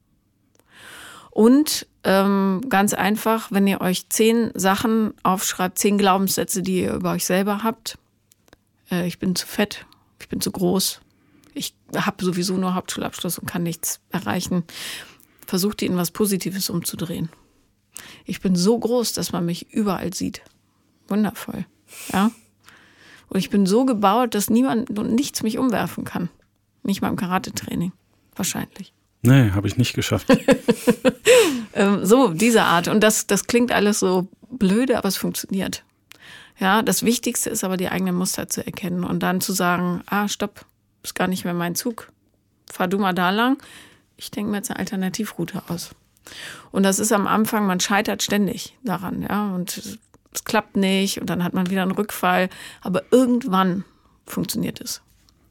[SPEAKER 1] Und ähm, ganz einfach, wenn ihr euch zehn Sachen aufschreibt, zehn Glaubenssätze, die ihr über euch selber habt. Äh, ich bin zu fett, ich bin zu groß, ich habe sowieso nur Hauptschulabschluss und kann nichts erreichen. Versucht die in was Positives umzudrehen. Ich bin so groß, dass man mich überall sieht. Wundervoll. Ja? Und ich bin so gebaut, dass niemand und nichts mich umwerfen kann. Nicht mal im Karate-Training. Wahrscheinlich.
[SPEAKER 3] Nee, habe ich nicht geschafft.
[SPEAKER 1] ähm, so, diese Art. Und das, das klingt alles so blöde, aber es funktioniert. Ja, das Wichtigste ist aber, die eigenen Muster zu erkennen und dann zu sagen, ah, stopp, ist gar nicht mehr mein Zug. Fahr du mal da lang. Ich denke mir jetzt eine Alternativroute aus. Und das ist am Anfang, man scheitert ständig daran, ja, und es klappt nicht und dann hat man wieder einen Rückfall. Aber irgendwann funktioniert es.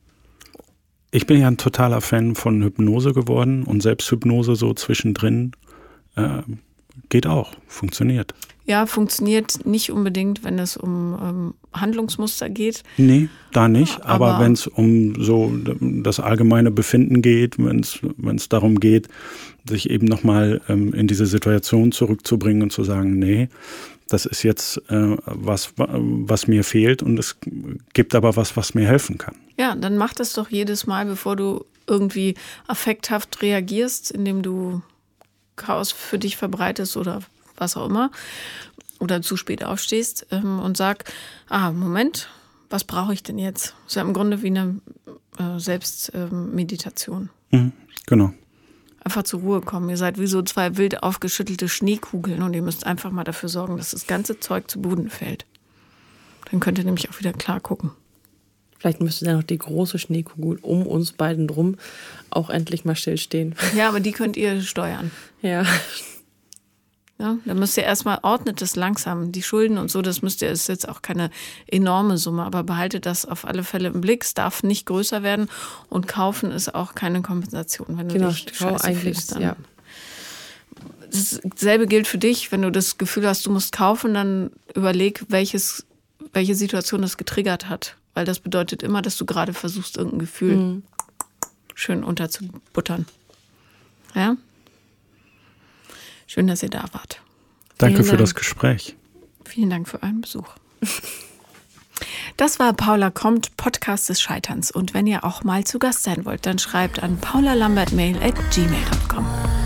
[SPEAKER 3] Ich bin ja ein totaler Fan von Hypnose geworden und Selbsthypnose so zwischendrin äh, geht auch, funktioniert.
[SPEAKER 1] Ja, funktioniert nicht unbedingt, wenn es um ähm, Handlungsmuster geht.
[SPEAKER 3] Nee, da nicht. Aber,
[SPEAKER 1] Aber
[SPEAKER 3] wenn es um so das allgemeine Befinden geht, wenn es wenn es darum geht, sich eben nochmal ähm, in diese Situation zurückzubringen und zu sagen, nee, das ist jetzt äh, was, was mir fehlt und es gibt aber was, was mir helfen kann.
[SPEAKER 1] Ja, dann mach das doch jedes Mal, bevor du irgendwie affekthaft reagierst, indem du Chaos für dich verbreitest oder was auch immer, oder zu spät aufstehst ähm, und sag, ah, Moment, was brauche ich denn jetzt? Das ist ja im Grunde wie eine äh, Selbstmeditation.
[SPEAKER 3] Ähm, mhm, genau.
[SPEAKER 1] Einfach zur Ruhe kommen. Ihr seid wie so zwei wild aufgeschüttelte Schneekugeln und ihr müsst einfach mal dafür sorgen, dass das ganze Zeug zu Boden fällt. Dann könnt ihr nämlich auch wieder klar gucken.
[SPEAKER 2] Vielleicht müsste dann noch die große Schneekugel um uns beiden drum auch endlich mal stillstehen.
[SPEAKER 1] Ja, aber die könnt ihr steuern.
[SPEAKER 2] Ja.
[SPEAKER 1] Ja, dann müsst ihr erstmal, ordnet es langsam. Die Schulden und so, das müsst ihr, ist jetzt auch keine enorme Summe, aber behaltet das auf alle Fälle im Blick. Es darf nicht größer werden und kaufen ist auch keine Kompensation. Wenn du
[SPEAKER 2] genau,
[SPEAKER 1] dich scheiße fühlst, dann.
[SPEAKER 2] Ja.
[SPEAKER 1] Dasselbe gilt für dich, wenn du das Gefühl hast, du musst kaufen, dann überleg, welches, welche Situation das getriggert hat. Weil das bedeutet immer, dass du gerade versuchst, irgendein Gefühl mhm. schön unterzubuttern. Ja? Schön, dass ihr da wart.
[SPEAKER 3] Danke
[SPEAKER 1] Vielen
[SPEAKER 3] für
[SPEAKER 1] Dank.
[SPEAKER 3] das Gespräch.
[SPEAKER 1] Vielen Dank für euren Besuch. Das war Paula kommt, Podcast des Scheiterns. Und wenn ihr auch mal zu Gast sein wollt, dann schreibt an paulalambertmail at gmail dot com.